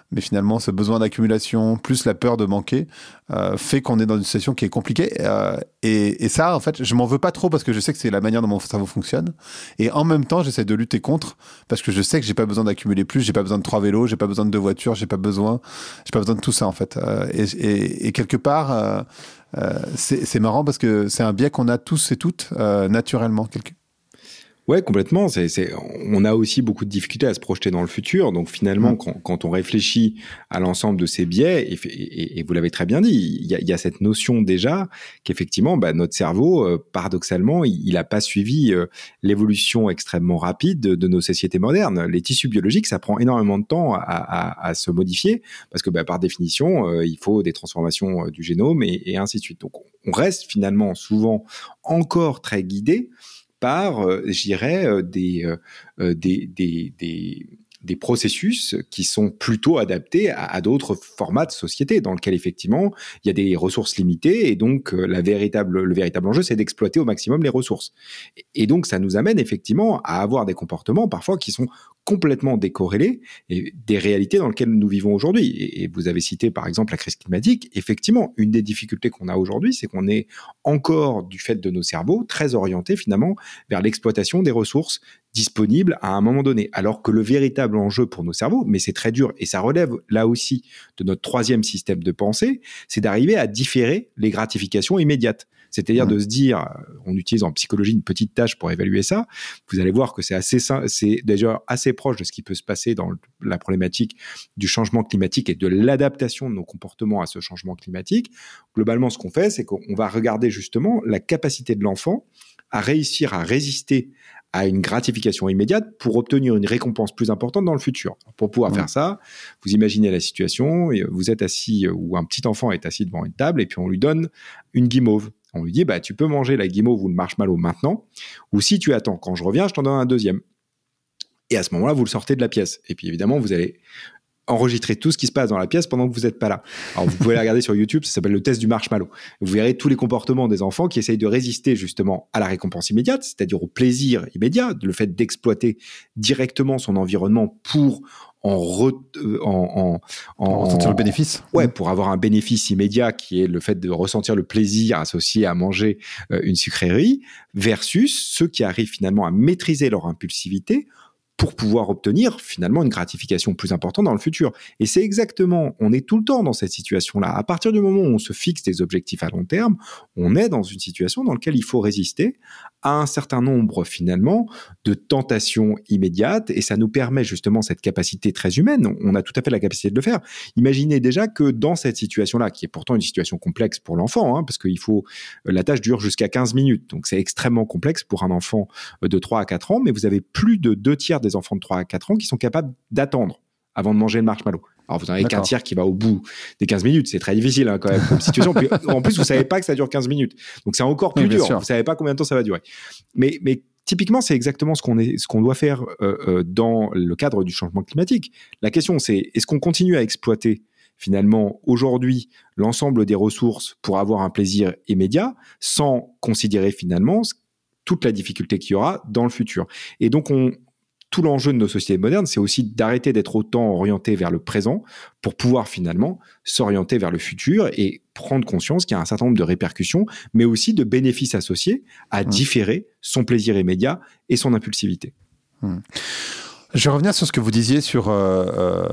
Speaker 1: mais finalement, ce besoin d'accumulation, plus la peur de manquer, euh, fait qu'on est dans une situation qui est compliquée. Euh, et, et ça, en fait, je m'en veux pas trop parce que je sais que c'est la manière dont mon cerveau fonctionne. Et en même temps, j'essaie de lutter contre parce que je sais que j'ai pas besoin d'accumuler plus, j'ai pas besoin de trois vélos, j'ai pas besoin de deux voitures, j'ai pas besoin, j'ai pas besoin de tout ça, en fait. Euh, et, et, et quelque part, euh, euh, c'est, c'est marrant parce que c'est un biais qu'on a tous et toutes euh, naturellement. Quelque...
Speaker 2: Ouais, complètement. C'est, c'est, on a aussi beaucoup de difficultés à se projeter dans le futur. Donc finalement, mmh. quand, quand on réfléchit à l'ensemble de ces biais, et, et, et vous l'avez très bien dit, il y a, il y a cette notion déjà qu'effectivement, bah, notre cerveau, euh, paradoxalement, il n'a pas suivi euh, l'évolution extrêmement rapide de, de nos sociétés modernes. Les tissus biologiques, ça prend énormément de temps à, à, à se modifier parce que bah, par définition, euh, il faut des transformations du génome et, et ainsi de suite. Donc on reste finalement souvent encore très guidé par, euh, je dirais, euh, des, euh, des, des, des, des processus qui sont plutôt adaptés à, à d'autres formats de société dans lesquels, effectivement, il y a des ressources limitées et donc euh, la véritable, le véritable enjeu, c'est d'exploiter au maximum les ressources. Et, et donc, ça nous amène, effectivement, à avoir des comportements parfois qui sont complètement décorrélés et des réalités dans lesquelles nous vivons aujourd'hui. Et, et vous avez cité, par exemple, la crise climatique. Effectivement, une des difficultés qu'on a aujourd'hui, c'est qu'on est encore, du fait de nos cerveaux, très orientés, finalement, vers l'exploitation des ressources disponibles à un moment donné. Alors que le véritable enjeu pour nos cerveaux, mais c'est très dur, et ça relève là aussi de notre troisième système de pensée, c'est d'arriver à différer les gratifications immédiates. C'est-à-dire mmh. de se dire, on utilise en psychologie une petite tâche pour évaluer ça, vous allez voir que c'est assez, c'est déjà assez proche de ce qui peut se passer dans la problématique du changement climatique et de l'adaptation de nos comportements à ce changement climatique. Globalement, ce qu'on fait, c'est qu'on va regarder justement la capacité de l'enfant à réussir à résister à une gratification immédiate pour obtenir une récompense plus importante dans le futur. Pour pouvoir mmh. faire ça, vous imaginez la situation, vous êtes assis, ou un petit enfant est assis devant une table, et puis on lui donne une guimauve. On lui dit, bah, tu peux manger la guimauve ou le marshmallow maintenant, ou si tu attends, quand je reviens, je t'en donne un deuxième. Et à ce moment-là, vous le sortez de la pièce. Et puis évidemment, vous allez enregistrer tout ce qui se passe dans la pièce pendant que vous n'êtes pas là. Alors, vous pouvez la regarder sur YouTube, ça s'appelle le test du marshmallow. Vous verrez tous les comportements des enfants qui essayent de résister justement à la récompense immédiate, c'est-à-dire au plaisir immédiat, le fait d'exploiter directement son environnement pour en, re, euh, en, en, en
Speaker 1: ressentir le bénéfice.
Speaker 2: Ouais, pour avoir un bénéfice immédiat qui est le fait de ressentir le plaisir associé à manger euh, une sucrerie, versus ceux qui arrivent finalement à maîtriser leur impulsivité pour pouvoir obtenir finalement une gratification plus importante dans le futur. Et c'est exactement, on est tout le temps dans cette situation-là. À partir du moment où on se fixe des objectifs à long terme, on est dans une situation dans laquelle il faut résister à un certain nombre finalement de tentations immédiates, et ça nous permet justement cette capacité très humaine. On a tout à fait la capacité de le faire. Imaginez déjà que dans cette situation-là, qui est pourtant une situation complexe pour l'enfant, hein, parce qu'il faut, la tâche dure jusqu'à quinze minutes, donc c'est extrêmement complexe pour un enfant de trois à quatre ans, mais vous avez plus de deux tiers des enfants de trois à quatre ans qui sont capables d'attendre avant de manger le marshmallow. Alors, vous n'en avez qu'un tiers qui va au bout des quinze minutes. C'est très difficile, hein, quand même, comme situation. Puis, en plus, vous ne savez pas que ça dure quinze minutes. Donc, c'est encore plus oui, dur. Sûr. Vous ne savez pas combien de temps ça va durer. Mais, mais typiquement, c'est exactement ce qu'on, est, ce qu'on doit faire euh, euh, dans le cadre du changement climatique. La question, c'est est-ce qu'on continue à exploiter finalement, aujourd'hui, l'ensemble des ressources pour avoir un plaisir immédiat sans considérer finalement toute la difficulté qu'il y aura dans le futur. Et donc, on tout l'enjeu de nos sociétés modernes, c'est aussi d'arrêter d'être autant orienté vers le présent pour pouvoir finalement s'orienter vers le futur et prendre conscience qu'il y a un certain nombre de répercussions, mais aussi de bénéfices associés à mmh. différer son plaisir immédiat et son impulsivité.
Speaker 1: Mmh. Je vais revenir sur ce que vous disiez sur euh, euh,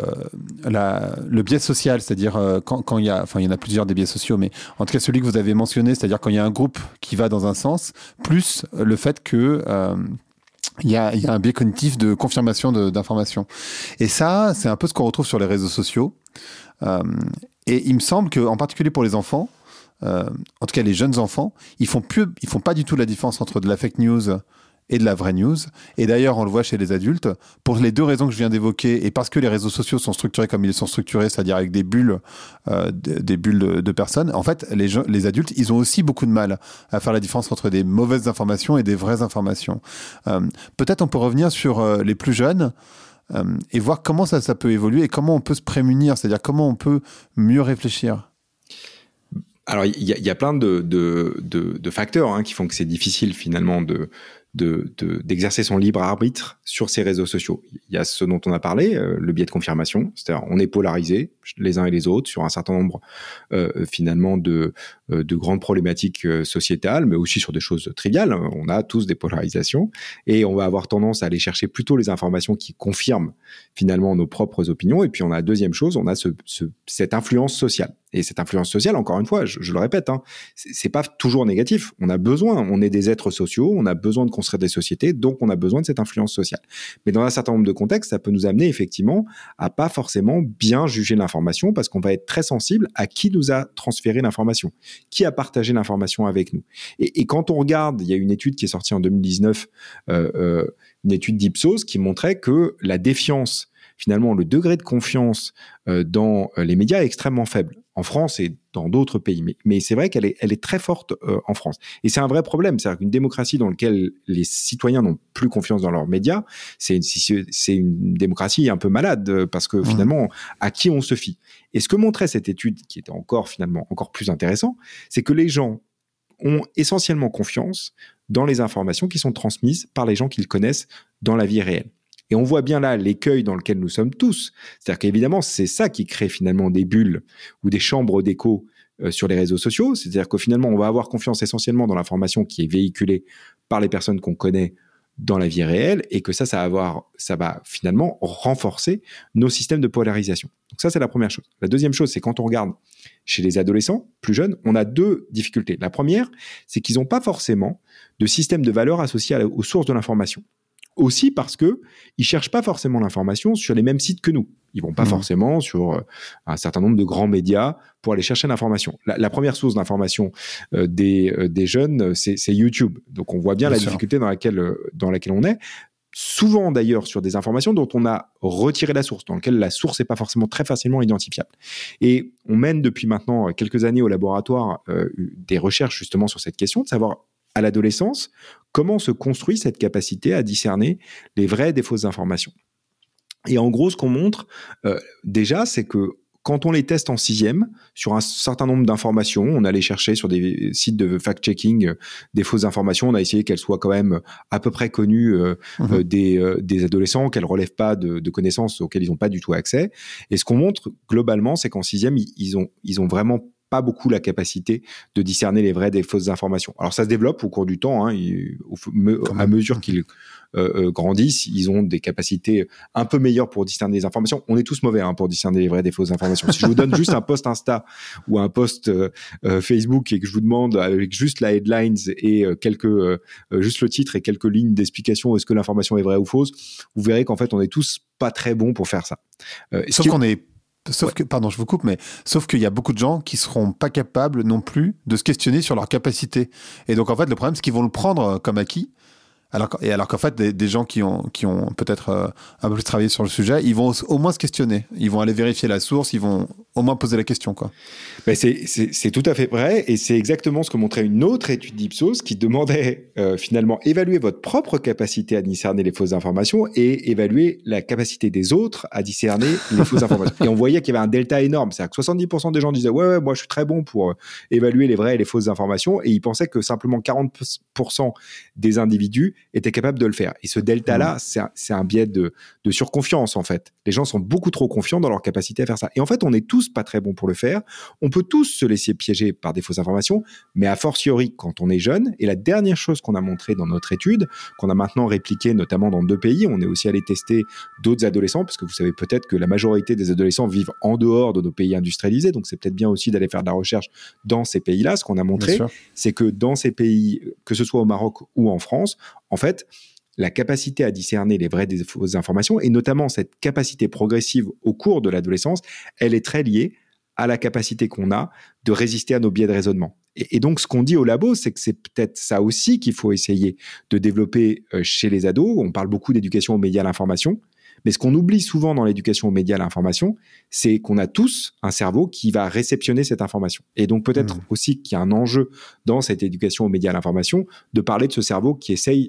Speaker 1: la, le biais social, c'est-à-dire euh, quand, quand il y a, enfin il y en a plusieurs des biais sociaux, mais en tout cas celui que vous avez mentionné, c'est-à-dire quand il y a un groupe qui va dans un sens, plus le fait que euh, Il y, a, il y a un biais cognitif de confirmation de, d'informations. Et ça, c'est un peu ce qu'on retrouve sur les réseaux sociaux. Euh, et il me semble qu'en particulier pour les enfants, euh, en tout cas les jeunes enfants, ils font plus, ils font pas du tout la différence entre de la fake news et de la vraie news. Et d'ailleurs, on le voit chez les adultes, pour les deux raisons que je viens d'évoquer, et parce que les réseaux sociaux sont structurés comme ils sont structurés, c'est-à-dire avec des bulles, euh, des bulles de, de personnes, en fait, les, gens, les adultes, ils ont aussi beaucoup de mal à faire la différence entre des mauvaises informations et des vraies informations. Euh, peut-être on peut revenir sur euh, les plus jeunes, euh, et voir comment ça, ça peut évoluer et comment on peut se prémunir, c'est-à-dire comment on peut mieux réfléchir.
Speaker 2: Alors, il y, y a plein de, de, de, de facteurs hein, qui font que c'est difficile finalement de de, de, d'exercer son libre arbitre sur ces réseaux sociaux. Il y a ce dont on a parlé, euh, le biais de confirmation, c'est-à-dire on est polarisé les uns et les autres sur un certain nombre euh, finalement de, euh, de grandes problématiques euh, sociétales, mais aussi sur des choses triviales. On a tous des polarisations et on va avoir tendance à aller chercher plutôt les informations qui confirment finalement nos propres opinions. Et puis on a la deuxième chose, on a ce, ce, cette influence sociale. Et cette influence sociale, encore une fois, je, je le répète, hein, c'est, c'est pas toujours négatif. On a besoin, on est des êtres sociaux, on a besoin de construire des sociétés, donc on a besoin de cette influence sociale. Mais dans un certain nombre de contextes, ça peut nous amener effectivement à pas forcément bien juger l'information parce qu'on va être très sensible à qui nous a transféré l'information, qui a partagé l'information avec nous. Et, et quand on regarde, il y a une étude qui est sortie en deux mille dix-neuf, euh, euh, une étude d'Ipsos qui montrait que la défiance, finalement, le degré de confiance euh, dans les médias est extrêmement faible. En France et dans d'autres pays. Mais, mais c'est vrai qu'elle est, elle est très forte euh, en France. Et c'est un vrai problème. C'est-à-dire qu'une démocratie dans laquelle les citoyens n'ont plus confiance dans leurs médias, c'est une, c'est une démocratie un peu malade parce que finalement, à qui on se fie? Et ce que montrait cette étude, qui était encore finalement encore plus intéressant, c'est que les gens ont essentiellement confiance dans les informations qui sont transmises par les gens qu'ils connaissent dans la vie réelle. Et on voit bien là l'écueil dans lequel nous sommes tous. C'est-à-dire qu'évidemment, c'est ça qui crée finalement des bulles ou des chambres d'écho euh, sur les réseaux sociaux. C'est-à-dire que finalement, on va avoir confiance essentiellement dans l'information qui est véhiculée par les personnes qu'on connaît dans la vie réelle et que ça, ça va, avoir, ça va finalement renforcer nos systèmes de polarisation. Donc ça, c'est la première chose. La deuxième chose, c'est quand on regarde chez les adolescents plus jeunes, on a deux difficultés. La première, c'est qu'ils n'ont pas forcément de système de valeurs associé à, aux sources de l'information. Aussi parce que ils cherchent pas forcément l'information sur les mêmes sites que nous. Ils vont pas mmh. forcément sur euh, un certain nombre de grands médias pour aller chercher l'information. La, la première source d'information euh, des, euh, des jeunes, c'est, c'est YouTube. Donc on voit bien, bien la sûr. difficulté dans laquelle, euh, dans laquelle on est. Souvent d'ailleurs sur des informations dont on a retiré la source, dans lesquelles la source n'est pas forcément très facilement identifiable. Et on mène depuis maintenant quelques années au laboratoire euh, des recherches justement sur cette question, de savoir à l'adolescence, comment se construit cette capacité à discerner les vraies et des fausses informations. Et en gros, ce qu'on montre euh, déjà, c'est que quand on les teste en sixième, sur un certain nombre d'informations, on allait chercher sur des sites de fact-checking euh, des fausses informations, on a essayé qu'elles soient quand même à peu près connues euh, mmh. euh, des, euh, des adolescents, qu'elles ne relèvent pas de, de connaissances auxquelles ils n'ont pas du tout accès. Et ce qu'on montre globalement, c'est qu'en sixième, ils, ils, ont, ils ont vraiment pas beaucoup la capacité de discerner les vraies des fausses informations. Alors ça se développe au cours du temps, hein, ils, au, me, à mesure qu'ils euh, euh, grandissent, ils ont des capacités un peu meilleures pour discerner les informations. On est tous mauvais hein, pour discerner les vraies des fausses informations. Si je vous donne juste un post Insta ou un post euh, euh, Facebook et que je vous demande avec juste la headlines et euh, quelques euh, juste le titre et quelques lignes d'explication est-ce que l'information est vraie ou fausse, vous verrez qu'en fait on est tous pas très bons pour faire ça.
Speaker 1: Euh, Sauf qu'on est Sauf ouais. que, pardon, je vous coupe, mais sauf qu'il y a beaucoup de gens qui seront pas capables non plus de se questionner sur leur capacité. Et donc, en fait, le problème, c'est qu'ils vont le prendre comme acquis. Alors, et alors qu'en fait, des, des gens qui ont, qui ont peut-être euh, un peu plus travaillé sur le sujet, ils vont au, au moins se questionner. Ils vont aller vérifier la source, ils vont au moins poser la question, quoi.
Speaker 2: Ben c'est, c'est, c'est tout à fait vrai, et c'est exactement ce que montrait une autre étude d'Ipsos qui demandait euh, finalement évaluer votre propre capacité à discerner les fausses informations et évaluer la capacité des autres à discerner les fausses informations. Et on voyait qu'il y avait un delta énorme, c'est-à-dire que soixante-dix pour cent des gens disaient ouais, ouais, moi je suis très bon pour euh, évaluer les vraies et les fausses informations, et ils pensaient que simplement quarante pour cent des individus étaient capables de le faire. Et ce delta-là, mmh. c'est, un, c'est un biais de, de surconfiance, en fait. Les gens sont beaucoup trop confiants dans leur capacité à faire ça. Et en fait, on est tous pas très bons pour le faire. On peut tous se laisser piéger par des fausses informations, mais a fortiori quand on est jeune. Et la dernière chose qu'on a montrée dans notre étude, qu'on a maintenant répliquée notamment dans deux pays, on est aussi allé tester d'autres adolescents, parce que vous savez peut-être que la majorité des adolescents vivent en dehors de nos pays industrialisés, donc c'est peut-être bien aussi d'aller faire de la recherche dans ces pays-là. Ce qu'on a montré, c'est que dans ces pays, que ce soit au Maroc ou en France, en fait, la capacité à discerner les vraies des fausses informations, et notamment cette capacité progressive au cours de l'adolescence, elle est très liée à la capacité qu'on a de résister à nos biais de raisonnement. Et, et donc, ce qu'on dit au labo, c'est que c'est peut-être ça aussi qu'il faut essayer de développer euh, chez les ados. On parle beaucoup d'éducation aux médias à l'information, mais ce qu'on oublie souvent dans l'éducation aux médias à l'information, c'est qu'on a tous un cerveau qui va réceptionner cette information. Et donc, peut-être mmh. aussi qu'il y a un enjeu dans cette éducation aux médias à l'information de parler de ce cerveau qui essaye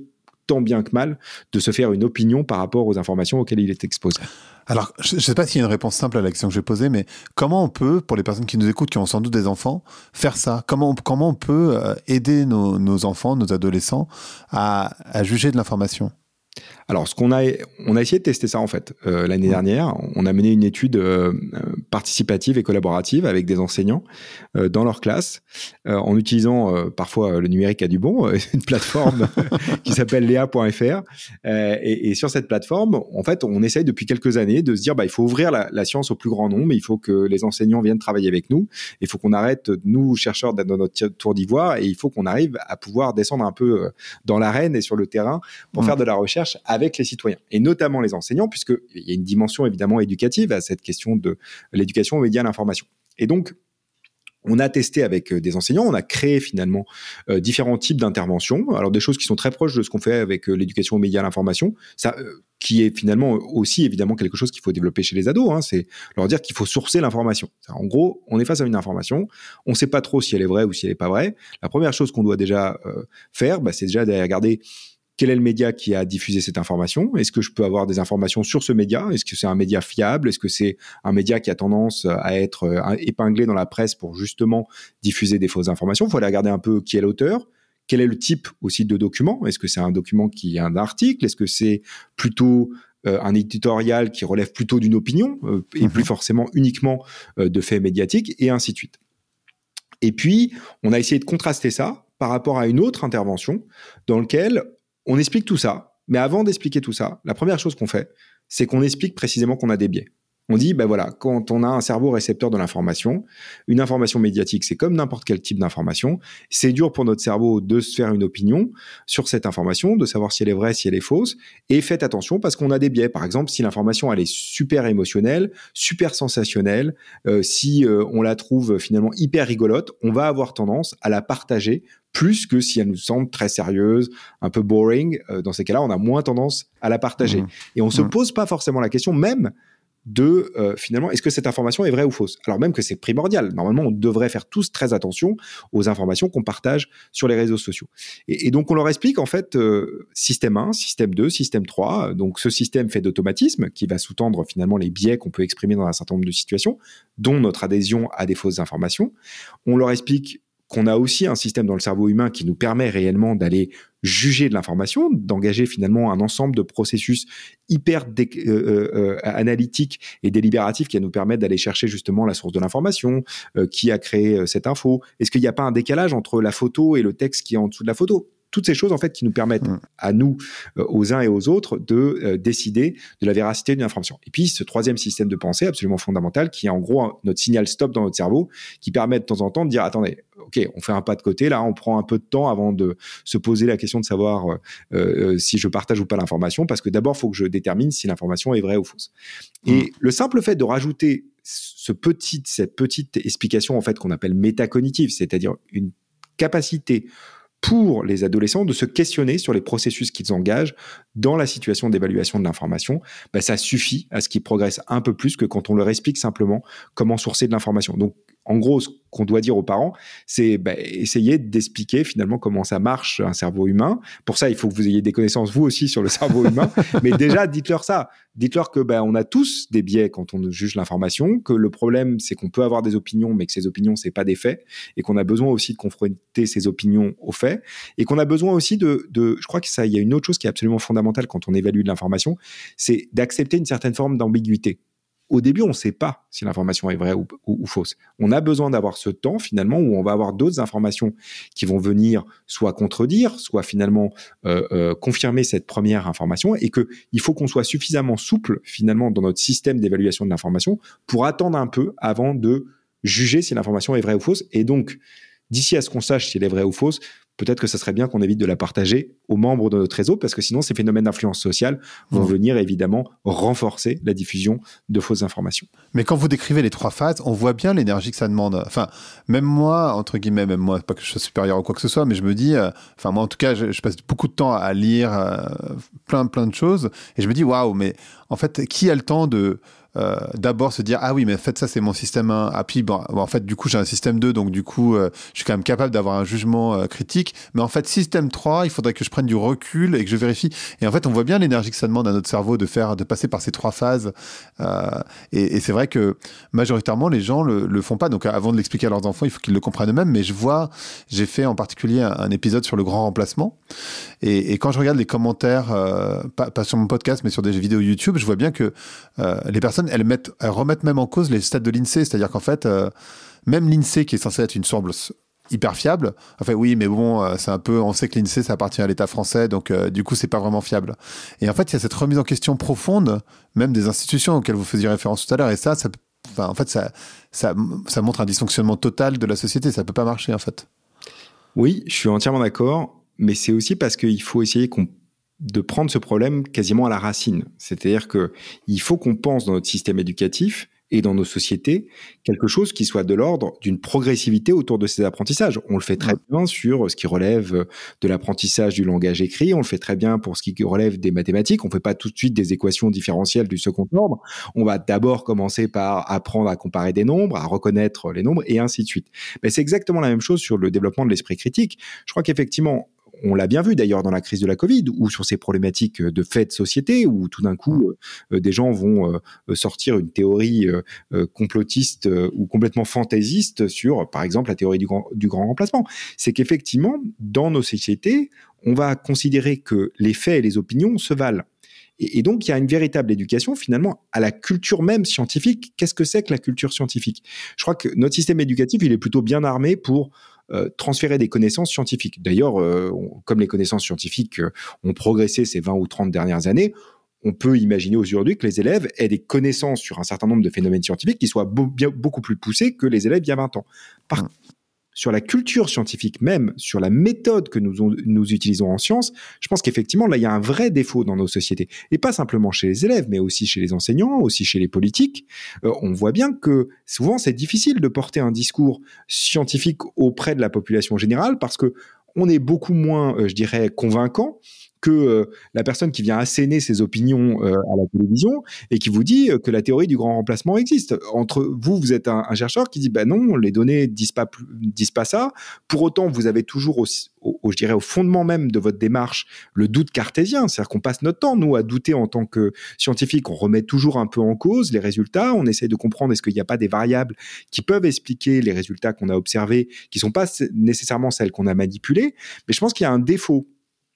Speaker 2: tant bien que mal de se faire une opinion par rapport aux informations auxquelles il est exposé.
Speaker 1: Alors, je ne sais pas s'il y a une réponse simple à la question que j'ai posée, mais comment on peut, pour les personnes qui nous écoutent, qui ont sans doute des enfants, faire ça ? Comment on, comment on peut aider nos, nos enfants, nos adolescents à, à juger de l'information ?
Speaker 2: Alors, ce qu'on a, on a essayé de tester ça en fait euh, l'année dernière. On a mené une étude euh, participative et collaborative avec des enseignants euh, dans leur classe, euh, en utilisant euh, parfois le numérique à du bon, euh, une plateforme qui s'appelle léa point f r. Euh, et, et sur cette plateforme, en fait, on essaye depuis quelques années de se dire, bah, il faut ouvrir la, la science au plus grand nombre. Il faut que les enseignants viennent travailler avec nous. Il faut qu'on arrête, nous chercheurs, d'être dans notre tour d'ivoire, et il faut qu'on arrive à pouvoir descendre un peu dans l'arène et sur le terrain pour mmh. faire de la recherche avec les citoyens, et notamment les enseignants, puisqu'il y a une dimension évidemment éducative à cette question de l'éducation aux médias à l'information. Et donc, on a testé avec des enseignants, on a créé finalement euh, différents types d'interventions, alors des choses qui sont très proches de ce qu'on fait avec euh, l'éducation aux médias à l'information, ça, euh, qui est finalement aussi évidemment quelque chose qu'il faut développer chez les ados, hein, c'est leur dire qu'il faut sourcer l'information. En gros, on est face à une information, on ne sait pas trop si elle est vraie ou si elle n'est pas vraie. La première chose qu'on doit déjà euh, faire, bah, c'est déjà d'aller regarder quel est le média qui a diffusé cette information ? Est-ce que je peux avoir des informations sur ce média ? Est-ce que c'est un média fiable ? Est-ce que c'est un média qui a tendance à être épinglé dans la presse pour justement diffuser des fausses informations ? Il faut aller regarder un peu qui est l'auteur, quel est le type aussi de document ? Est-ce que c'est un document qui est un article ? Est-ce que c'est plutôt euh, un éditorial qui relève plutôt d'une opinion euh, et plus forcément uniquement euh, de faits médiatiques, et ainsi de suite. Et puis, on a essayé de contraster ça par rapport à une autre intervention dans laquelle on explique tout ça, mais avant d'expliquer tout ça, la première chose qu'on fait, c'est qu'on explique précisément qu'on a des biais. On dit, ben voilà, quand on a un cerveau récepteur de l'information, une information médiatique, c'est comme n'importe quel type d'information. C'est dur pour notre cerveau de se faire une opinion sur cette information, de savoir si elle est vraie, si elle est fausse. Et faites attention parce qu'on a des biais. Par exemple, si l'information, elle est super émotionnelle, super sensationnelle, euh, si euh, on la trouve finalement hyper rigolote, on va avoir tendance à la partager plus que si elle nous semble très sérieuse, un peu boring. Euh, dans ces cas-là, on a moins tendance à la partager. Mmh. Et on ne mmh. se pose pas forcément la question, même de, euh, finalement, est-ce que cette information est vraie ou fausse ? Alors même que c'est primordial. Normalement, on devrait faire tous très attention aux informations qu'on partage sur les réseaux sociaux. Et, et donc, on leur explique, en fait, euh, système un, système deux, système trois. Donc, ce système fait d'automatisme qui va sous-tendre, finalement, les biais qu'on peut exprimer dans un certain nombre de situations, dont notre adhésion à des fausses informations. On leur explique qu'on a aussi un système dans le cerveau humain qui nous permet réellement d'aller juger de l'information, d'engager finalement un ensemble de processus hyper dé- euh, euh, analytiques et délibératifs qui va nous permettre d'aller chercher justement la source de l'information, euh, qui a créé euh, cette info. Est-ce qu'il n'y a pas un décalage entre la photo et le texte qui est en dessous de la photo ? Toutes ces choses, en fait, qui nous permettent mmh. à nous, euh, aux uns et aux autres, de euh, décider de la véracité d'une information. Et puis, ce troisième système de pensée absolument fondamental, qui est en gros un, notre signal stop dans notre cerveau, qui permet de temps en temps de dire, attendez, ok, on fait un pas de côté, là, on prend un peu de temps avant de se poser la question de savoir euh, euh, si je partage ou pas l'information, parce que d'abord, il faut que je détermine si l'information est vraie ou fausse. Mmh. Et le simple fait de rajouter ce petit, cette petite explication, en fait, qu'on appelle métacognitive, c'est-à-dire une capacité pour les adolescents de se questionner sur les processus qu'ils engagent dans la situation d'évaluation de l'information, bah, ça suffit à ce qu'ils progressent un peu plus que quand on leur explique simplement comment sourcer de l'information. Donc, en gros, ce qu'on doit dire aux parents, c'est bah, essayer d'expliquer finalement comment ça marche un cerveau humain. Pour ça, il faut que vous ayez des connaissances, vous aussi, sur le cerveau humain. Mais déjà, dites-leur ça. Dites-leur que bah, on a tous des biais quand on juge l'information, que le problème, c'est qu'on peut avoir des opinions, mais que ces opinions, c'est pas des faits, et qu'on a besoin aussi de confronter ces opinions aux faits, et qu'on a besoin aussi de, de je crois que ça, il y a une autre chose qui est absolument fondamentale quand on évalue de l'information, c'est d'accepter une certaine forme d'ambiguïté. Au début, on ne sait pas si l'information est vraie ou, ou, ou fausse. On a besoin d'avoir ce temps, finalement, où on va avoir d'autres informations qui vont venir soit contredire, soit finalement euh, euh, confirmer cette première information, et qu'il faut qu'on soit suffisamment souple, finalement, dans notre système d'évaluation de l'information pour attendre un peu avant de juger si l'information est vraie ou fausse. Et donc, d'ici à ce qu'on sache si elle est vraie ou fausse, peut-être que ça serait bien qu'on évite de la partager aux membres de notre réseau, parce que sinon, ces phénomènes d'influence sociale vont mmh. venir évidemment renforcer la diffusion de fausses informations.
Speaker 1: Mais quand vous décrivez les trois phases, on voit bien l'énergie que ça demande. Enfin, même moi, entre guillemets, même moi, pas que je sois supérieur ou quoi que ce soit, mais je me dis, euh, enfin moi en tout cas, je, je passe beaucoup de temps à lire euh, plein plein de choses, et je me dis, waouh, mais en fait, qui a le temps de Euh, d'abord se dire ah oui mais en fait ça c'est mon système un, ah puis bon, bon en fait du coup j'ai un système deux, donc du coup euh, je suis quand même capable d'avoir un jugement euh, critique, mais en fait système trois il faudrait que je prenne du recul et que je vérifie. Et en fait, on voit bien l'énergie que ça demande à notre cerveau de faire, de passer par ces trois phases. Euh, et, et c'est vrai que majoritairement, les gens le, le font pas. Donc, avant de l'expliquer à leurs enfants, il faut qu'ils le comprennent eux-mêmes. Mais je vois, j'ai fait en particulier un, un épisode sur le grand remplacement. Et, et quand je regarde les commentaires, euh, pas, pas sur mon podcast, mais sur des vidéos YouTube, je vois bien que euh, les personnes, elles, mettent, elles remettent même en cause les stats de l'INSEE. C'est-à-dire qu'en fait, euh, même l'INSEE, qui est censé être une source hyper fiable, enfin oui, mais bon, euh, c'est un peu, on sait que l'INSEE, ça appartient à l'État français, donc euh, du coup, c'est pas vraiment fiable. Et en fait, il y a cette remise en question profonde, même des institutions auxquelles vous faisiez référence tout à l'heure, et ça, ça enfin, en fait, ça, ça, ça montre un dysfonctionnement total de la société. Ça peut pas marcher, en fait.
Speaker 2: Oui, je suis entièrement d'accord, mais c'est aussi parce qu'il faut essayer qu'on de prendre ce problème quasiment à la racine. C'est-à-dire qu'il faut qu'on pense dans notre système éducatif et dans nos sociétés quelque chose qui soit de l'ordre d'une progressivité autour de ces apprentissages. On le fait très bien sur ce qui relève de l'apprentissage du langage écrit, on le fait très bien pour ce qui relève des mathématiques, on ne fait pas tout de suite des équations différentielles du second ordre, on va d'abord commencer par apprendre à comparer des nombres, à reconnaître les nombres, et ainsi de suite. Mais c'est exactement la même chose sur le développement de l'esprit critique. Je crois qu'effectivement, on l'a bien vu d'ailleurs dans la crise de la Covid ou sur ces problématiques de fait de société où tout d'un coup euh, des gens vont euh, sortir une théorie euh, complotiste euh, ou complètement fantaisiste sur par exemple la théorie du grand, du grand remplacement. C'est qu'effectivement dans nos sociétés on va considérer que les faits et les opinions se valent. Et, et donc il y a une véritable éducation finalement à la culture même scientifique. Qu'est-ce que c'est que la culture scientifique ? Je crois que notre système éducatif il est plutôt bien armé pour Euh, transférer des connaissances scientifiques. D'ailleurs, euh, on, comme les connaissances scientifiques euh, ont progressé ces vingt ou trente dernières années, on peut imaginer aujourd'hui que les élèves aient des connaissances sur un certain nombre de phénomènes scientifiques qui soient beau, bien, beaucoup plus poussées que les élèves il y a vingt ans. Par contre, mmh. sur la culture scientifique même, sur la méthode que nous, on, nous utilisons en sciences, je pense qu'effectivement, là, il y a un vrai défaut dans nos sociétés. Et pas simplement chez les élèves, mais aussi chez les enseignants, aussi chez les politiques. Euh, on voit bien que souvent, c'est difficile de porter un discours scientifique auprès de la population générale parce que on est beaucoup moins, euh, je dirais, convaincant que euh, la personne qui vient asséner ses opinions euh, à la télévision et qui vous dit euh, que la théorie du grand remplacement existe. Entre vous, vous êtes un, un chercheur qui dit bah non, les données disent pas disent pas ça. Pour autant, vous avez toujours au, au, je dirais au fondement même de votre démarche le doute cartésien, c'est-à-dire qu'on passe notre temps nous à douter en tant que scientifique. On remet toujours un peu en cause les résultats. On essaie de comprendre est-ce qu'il n'y a pas des variables qui peuvent expliquer les résultats qu'on a observés, qui sont pas nécessairement celles qu'on a manipulées. Mais je pense qu'il y a un défaut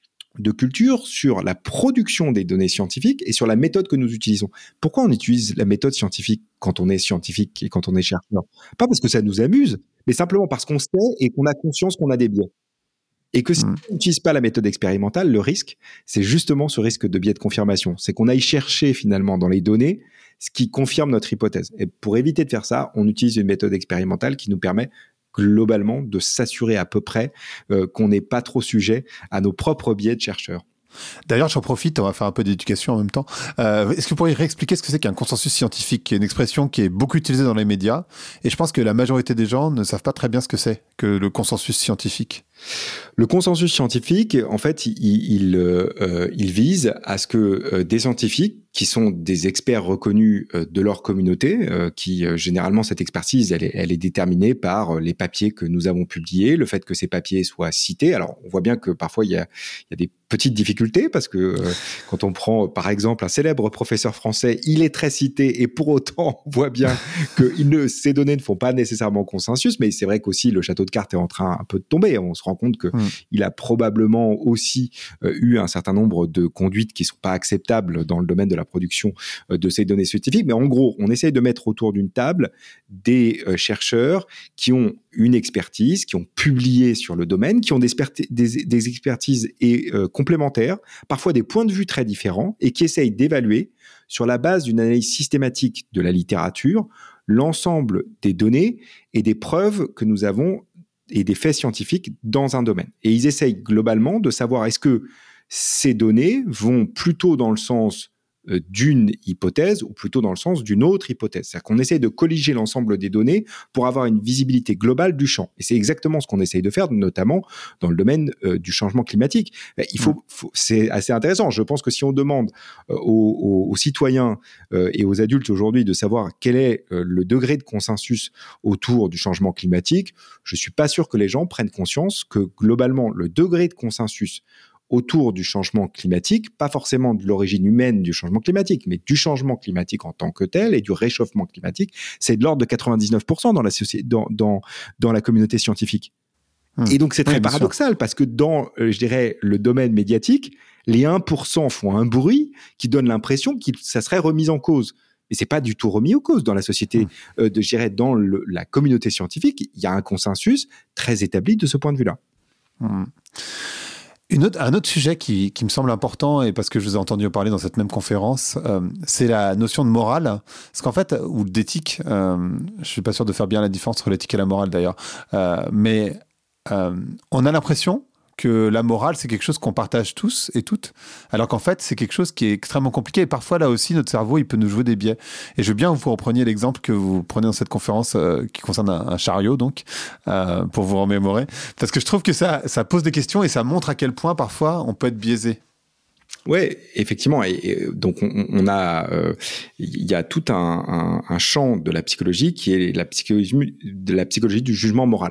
Speaker 2: de culture sur la production des données scientifiques et sur la méthode que nous utilisons. Pourquoi on utilise la méthode scientifique quand on est scientifique et quand on est chercheur ? Pas parce que ça nous amuse, mais simplement parce qu'on sait et qu'on a conscience qu'on a des biais. Et que si mmh. on n'utilise pas la méthode expérimentale, le risque, c'est justement ce risque de biais de confirmation. C'est qu'on aille chercher finalement dans les données ce qui confirme notre hypothèse. Et pour éviter de faire ça, on utilise une méthode expérimentale qui nous permet globalement de s'assurer à peu près euh, qu'on n'est pas trop sujet à nos propres biais de chercheurs.
Speaker 1: D'ailleurs, j'en profite, on va faire un peu d'éducation en même temps. Euh, est-ce que vous pourriez réexpliquer ce que c'est qu'un consensus scientifique, qui est une expression qui est beaucoup utilisée dans les médias, et je pense que la majorité des gens ne savent pas très bien ce que c'est que le consensus scientifique.
Speaker 2: Le consensus scientifique, en fait, il, il, euh, il vise à ce que euh, des scientifiques, qui sont des experts reconnus euh, de leur communauté, euh, qui euh, généralement cette expertise, elle est, elle est déterminée par euh, les papiers que nous avons publiés, le fait que ces papiers soient cités. Alors, on voit bien que parfois il y a, il y a des petites difficultés parce que euh, quand on prend par exemple un célèbre professeur français, il est très cité et pour autant on voit bien que il ne, ces données ne font pas nécessairement consensus. Mais c'est vrai qu'aussi le château de cartes est en train un peu de tomber. On se rend compte que mmh. il a probablement aussi euh, eu un certain nombre de conduites qui sont pas acceptables dans le domaine de la production euh, de ces données scientifiques. Mais en gros, on essaye de mettre autour d'une table des euh, chercheurs qui ont une expertise, qui ont publié sur le domaine, qui ont des, des, des expertises et, euh, complémentaires, parfois des points de vue très différents, et qui essayent d'évaluer, sur la base d'une analyse systématique de la littérature, l'ensemble des données et des preuves que nous avons et des faits scientifiques dans un domaine. Et ils essayent globalement de savoir est-ce que ces données vont plutôt dans le sens d'une hypothèse ou plutôt dans le sens d'une autre hypothèse. C'est-à-dire qu'on essaie de colliger l'ensemble des données pour avoir une visibilité globale du champ. Et c'est exactement ce qu'on essaye de faire, notamment dans le domaine euh, du changement climatique. Il faut, faut, c'est assez intéressant. Je pense que si on demande euh, aux, aux, aux citoyens euh, et aux adultes aujourd'hui de savoir quel est euh, le degré de consensus autour du changement climatique, je ne suis pas sûr que les gens prennent conscience que globalement, le degré de consensus autour du changement climatique, pas forcément de l'origine humaine du changement climatique, mais du changement climatique en tant que tel et du réchauffement climatique, c'est de l'ordre de quatre-vingt-dix-neuf pour cent dans la, société, dans, dans, dans la communauté scientifique. Mmh. Et donc, c'est très oui, paradoxal parce que dans, euh, je dirais, le domaine médiatique, les un pour cent font un bruit qui donne l'impression que ça serait remis en cause. Et c'est pas du tout remis en cause dans la société, mmh. euh, de, je dirais, dans le, la communauté scientifique. Il y a un consensus très établi de ce point de vue-là.
Speaker 1: Mmh. Une autre, un autre sujet qui, qui me semble important, et parce que je vous ai entendu parler dans cette même conférence, euh, c'est la notion de morale. Parce qu'en fait, ou d'éthique, euh, je suis pas sûr de faire bien la différence entre l'éthique et la morale d'ailleurs, euh, mais euh, on a l'impression que la morale, c'est quelque chose qu'on partage tous et toutes, alors qu'en fait, c'est quelque chose qui est extrêmement compliqué. Et parfois, là aussi, notre cerveau, il peut nous jouer des biais. Et je veux bien que vous repreniez l'exemple que vous prenez dans cette conférence euh, qui concerne un, un chariot, donc, euh, pour vous remémorer. Parce que je trouve que ça, ça pose des questions et ça montre à quel point, parfois, on peut être biaisé.
Speaker 2: Oui, effectivement. Et, et donc, on, on a, euh, il y a tout un, un, un champ de la psychologie qui est la psychologie, de la psychologie du jugement moral.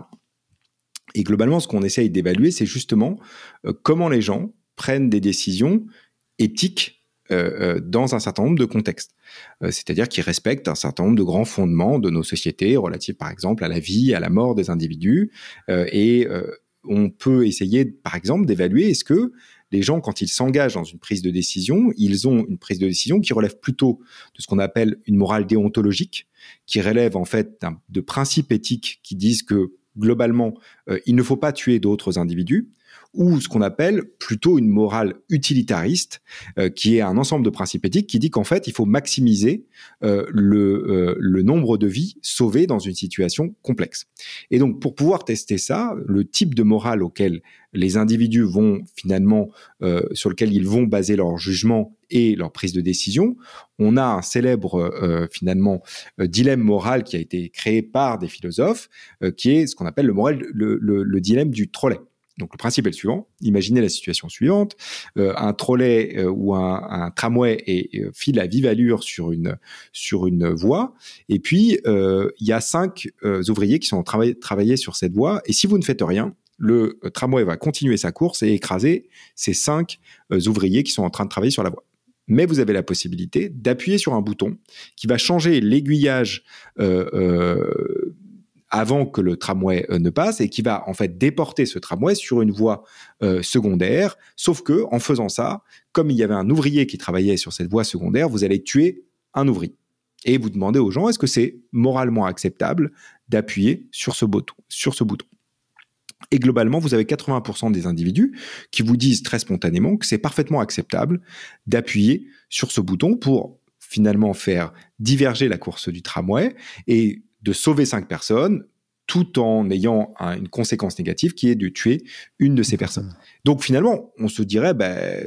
Speaker 2: Et globalement, ce qu'on essaye d'évaluer, c'est justement euh, comment les gens prennent des décisions éthiques euh, euh, dans un certain nombre de contextes. Euh, c'est-à-dire qu'ils respectent un certain nombre de grands fondements de nos sociétés, relatifs par exemple à la vie, à la mort des individus. Euh, et euh, on peut essayer, par exemple, d'évaluer est-ce que les gens, quand ils s'engagent dans une prise de décision, ils ont une prise de décision qui relève plutôt de ce qu'on appelle une morale déontologique, qui relève en fait d'un, de principes éthiques qui disent que globalement, euh, il ne faut pas tuer d'autres individus, ou ce qu'on appelle plutôt une morale utilitariste, euh, qui est un ensemble de principes éthiques qui dit qu'en fait, il faut maximiser euh, le, euh, le nombre de vies sauvées dans une situation complexe. Et donc, pour pouvoir tester ça, le type de morale auquel les individus vont finalement, euh, sur lequel ils vont baser leur jugement et leur prise de décision, on a un célèbre euh, finalement euh, dilemme moral qui a été créé par des philosophes, euh, qui est ce qu'on appelle le, moral, le, le, le dilemme du trolley. Donc le principe est le suivant, imaginez la situation suivante, euh, un trolley euh, ou un, un tramway et, et, file à vive allure sur une, sur une voie, et puis euh, il y a cinq euh, ouvriers qui sont en train de travailler sur cette voie, et si vous ne faites rien, le euh, tramway va continuer sa course et écraser ces cinq euh, ouvriers qui sont en train de travailler sur la voie. Mais vous avez la possibilité d'appuyer sur un bouton qui va changer l'aiguillage euh, euh, avant que le tramway euh, ne passe et qui va en fait déporter ce tramway sur une voie euh, secondaire. Sauf que en faisant ça, comme il y avait un ouvrier qui travaillait sur cette voie secondaire, vous allez tuer un ouvrier. Et vous demandez aux gens, est-ce que c'est moralement acceptable d'appuyer sur ce bouton, sur ce bouton ? Et globalement, vous avez quatre-vingts pour cent des individus qui vous disent très spontanément que c'est parfaitement acceptable d'appuyer sur ce bouton pour finalement faire diverger la course du tramway et de sauver cinq personnes tout en ayant un, une conséquence négative qui est de tuer une de ces personnes. Donc finalement, on se dirait, ben,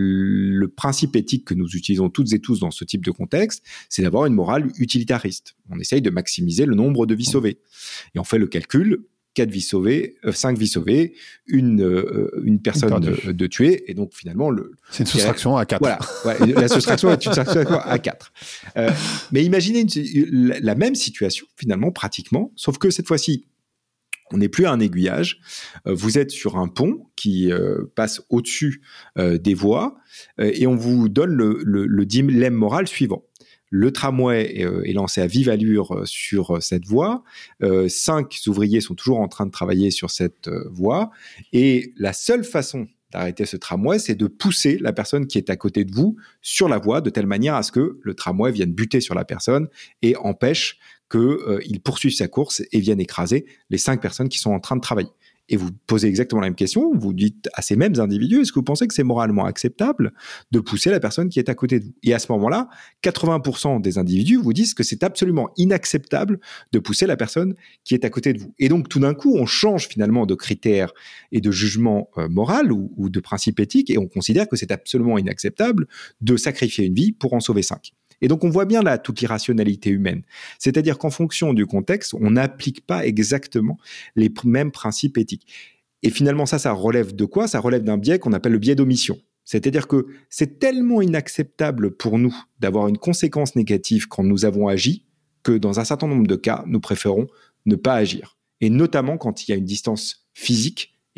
Speaker 2: le principe éthique que nous utilisons toutes et tous dans ce type de contexte, c'est d'avoir une morale utilitariste. On essaye de maximiser le nombre de vies sauvées. Et on fait le calcul, quatre vies sauvées, euh, cinq vies sauvées, une, euh, une personne de, de tuée, et donc finalement... Le,
Speaker 1: c'est une soustraction à quatre.
Speaker 2: Voilà, ouais, la soustraction est une soustraction à quatre. Euh, mais imaginez une, la, la même situation, finalement, pratiquement, sauf que cette fois-ci, on n'est plus à un aiguillage, euh, vous êtes sur un pont qui euh, passe au-dessus euh, des voies, euh, et on vous donne le, le, le dilemme moral suivant. Le tramway est, euh, est lancé à vive allure sur euh, cette voie. Euh, cinq ouvriers sont toujours en train de travailler sur cette euh, voie. Et la seule façon d'arrêter ce tramway, c'est de pousser la personne qui est à côté de vous sur la voie de telle manière à ce que le tramway vienne buter sur la personne et empêche qu'il euh, poursuive sa course et vienne écraser les cinq personnes qui sont en train de travailler. Et vous posez exactement la même question, vous dites à ces mêmes individus, est-ce que vous pensez que c'est moralement acceptable de pousser la personne qui est à côté de vous ? Et à ce moment-là, quatre-vingts pour cent des individus vous disent que c'est absolument inacceptable de pousser la personne qui est à côté de vous. Et donc, tout d'un coup, on change finalement de critères et de jugement euh, moral ou, ou de principe éthique, et on considère que c'est absolument inacceptable de sacrifier une vie pour en sauver cinq. Et donc, on voit bien là toute l'irrationalité humaine. C'est-à-dire qu'en fonction du contexte, on n'applique pas exactement les pr- mêmes principes éthiques. Et finalement, ça, ça relève de quoi ? Ça relève d'un biais qu'on appelle le biais d'omission. C'est-à-dire que c'est tellement inacceptable pour nous d'avoir une conséquence négative quand nous avons agi que dans un certain nombre de cas, nous préférons ne pas agir. Et notamment quand il y a une distance physique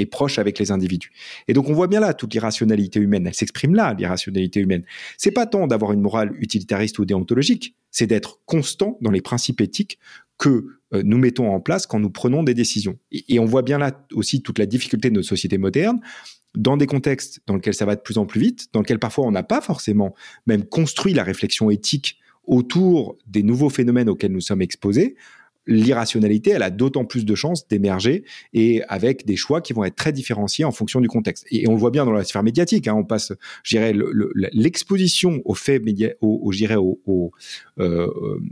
Speaker 2: et proche avec les individus. Et donc on voit bien là toute l'irrationalité humaine, elle s'exprime là, l'irrationalité humaine. C'est pas tant d'avoir une morale utilitariste ou déontologique, c'est d'être constant dans les principes éthiques que euh, nous mettons en place quand nous prenons des décisions. Et, et on voit bien là aussi toute la difficulté de notre société moderne, dans des contextes dans lesquels ça va de plus en plus vite, dans lesquels parfois on n'a pas forcément même construit la réflexion éthique autour des nouveaux phénomènes auxquels nous sommes exposés. L'irrationalité, elle a d'autant plus de chances d'émerger et avec des choix qui vont être très différenciés en fonction du contexte. Et on le voit bien dans la sphère médiatique. Hein, on passe, je dirais, le, le, l'exposition aux faits média, aux, aux, je dirais, aux, aux, euh,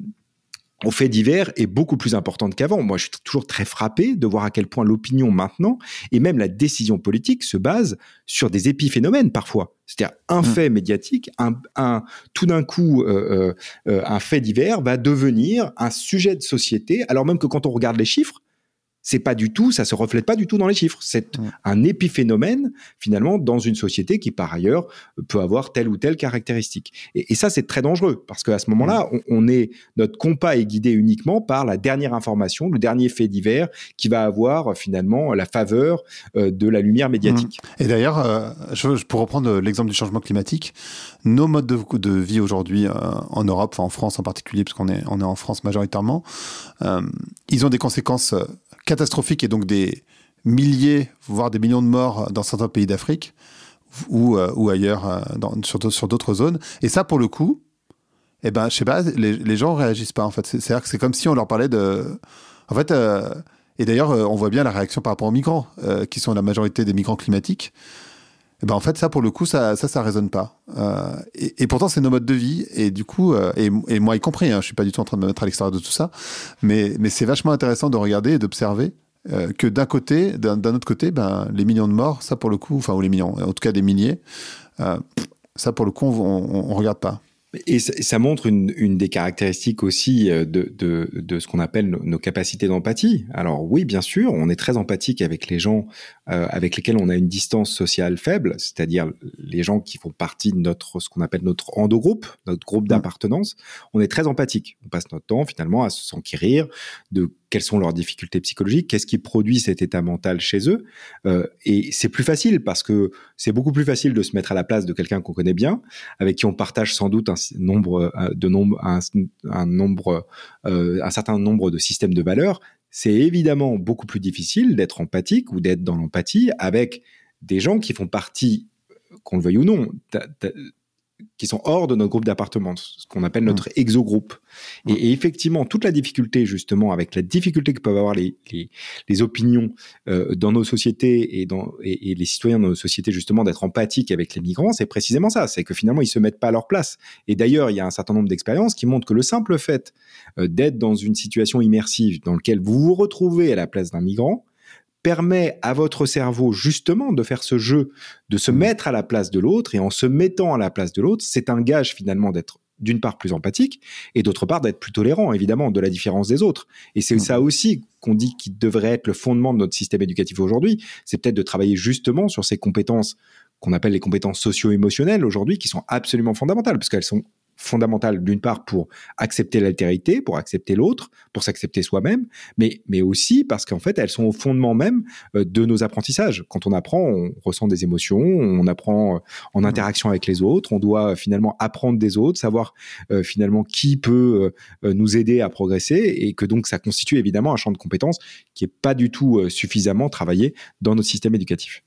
Speaker 2: aux faits divers est beaucoup plus importante qu'avant. Moi, je suis toujours très frappé de voir à quel point l'opinion maintenant et même la décision politique se base sur des épiphénomènes parfois. C'est-à-dire un mmh. fait médiatique, un, un, tout d'un coup, euh, euh, un fait divers va devenir un sujet de société, alors même que quand on regarde les chiffres, c'est pas du tout, ça se reflète pas du tout dans les chiffres. C'est mmh. un épiphénomène, finalement, dans une société qui, par ailleurs, peut avoir telle ou telle caractéristique. Et, et ça, c'est très dangereux, parce qu'à ce moment-là, mmh. on, on est, notre compas est guidé uniquement par la dernière information, le dernier fait divers, qui va avoir, finalement, la faveur euh, de la lumière médiatique.
Speaker 1: Mmh. Et d'ailleurs, euh, je, pour reprendre l'exemple du changement climatique, nos modes de, de vie aujourd'hui, euh, en Europe, enfin en France en particulier, parce qu'on est, on est en France majoritairement, euh, ils ont des conséquences catastrophiques et donc des milliers, voire des millions de morts dans certains pays d'Afrique ou, euh, ou ailleurs euh, dans, sur, sur d'autres zones. Et ça, pour le coup, eh ben, je sais pas, les, les gens réagissent pas en fait. C'est, c'est-à-dire que c'est comme si on leur parlait de, en fait, euh, et d'ailleurs, euh, on voit bien la réaction par rapport aux migrants, euh, qui sont la majorité des migrants climatiques. Eh ben, en fait, ça, pour le coup, ça, ça, ça résonne pas. Euh, et, et pourtant, c'est nos modes de vie. Et du coup, euh, et, et moi y compris, hein, je suis pas du tout en train de me mettre à l'extérieur de tout ça, mais, mais c'est vachement intéressant de regarder et d'observer euh, que d'un côté, d'un, d'un autre côté, ben, les millions de morts, ça pour le coup, enfin, ou les millions, en tout cas des milliers, euh, ça pour le coup, on, on, on regarde pas.
Speaker 2: Et ça, ça montre une, une des caractéristiques aussi de, de, de ce qu'on appelle nos, nos capacités d'empathie. Alors oui, bien sûr, on est très empathique avec les gens euh, avec lesquels on a une distance sociale faible, c'est-à-dire les gens qui font partie de notre, ce qu'on appelle notre endogroupe, notre groupe d'appartenance. On est très empathique. On passe notre temps finalement à s'enquérir de quelles sont leurs difficultés psychologiques, qu'est-ce qui produit cet état mental chez eux. Euh, et c'est plus facile parce que c'est beaucoup plus facile de se mettre à la place de quelqu'un qu'on connaît bien, avec qui on partage sans doute un nombre de nombre, un, un nombre, euh, un certain nombre de systèmes de valeurs. C'est évidemment beaucoup plus difficile d'être empathique ou d'être dans l'empathie avec des gens qui font partie, qu'on le veuille ou non, t'a, t'a, qui sont hors de notre groupe d'appartenance, ce qu'on appelle notre mmh. exogroupe. Mmh. Et, et effectivement, toute la difficulté, justement, avec la difficulté que peuvent avoir les, les, les opinions euh, dans nos sociétés et, dans, et, et les citoyens dans nos sociétés, justement, d'être empathiques avec les migrants, c'est précisément ça, c'est que finalement, ils se mettent pas à leur place. Et d'ailleurs, il y a un certain nombre d'expériences qui montrent que le simple fait euh, d'être dans une situation immersive dans laquelle vous vous retrouvez à la place d'un migrant, permet à votre cerveau justement de faire ce jeu, de se mettre à la place de l'autre, et en se mettant à la place de l'autre, c'est un gage finalement d'être d'une part plus empathique, et d'autre part d'être plus tolérant, évidemment, de la différence des autres. Et c'est mmh. ça aussi qu'on dit qui devrait être le fondement de notre système éducatif aujourd'hui, c'est peut-être de travailler justement sur ces compétences qu'on appelle les compétences socio-émotionnelles aujourd'hui, qui sont absolument fondamentales, parce qu'elles sont fondamentale d'une part pour accepter l'altérité, pour accepter l'autre, pour s'accepter soi-même, mais, mais aussi parce qu'en fait, elles sont au fondement même de nos apprentissages. Quand on apprend, on ressent des émotions, on apprend en interaction avec les autres, on doit finalement apprendre des autres, savoir euh, finalement qui peut euh, nous aider à progresser, et que donc ça constitue évidemment un champ de compétences qui n'est pas du tout euh, suffisamment travaillé dans notre système éducatif.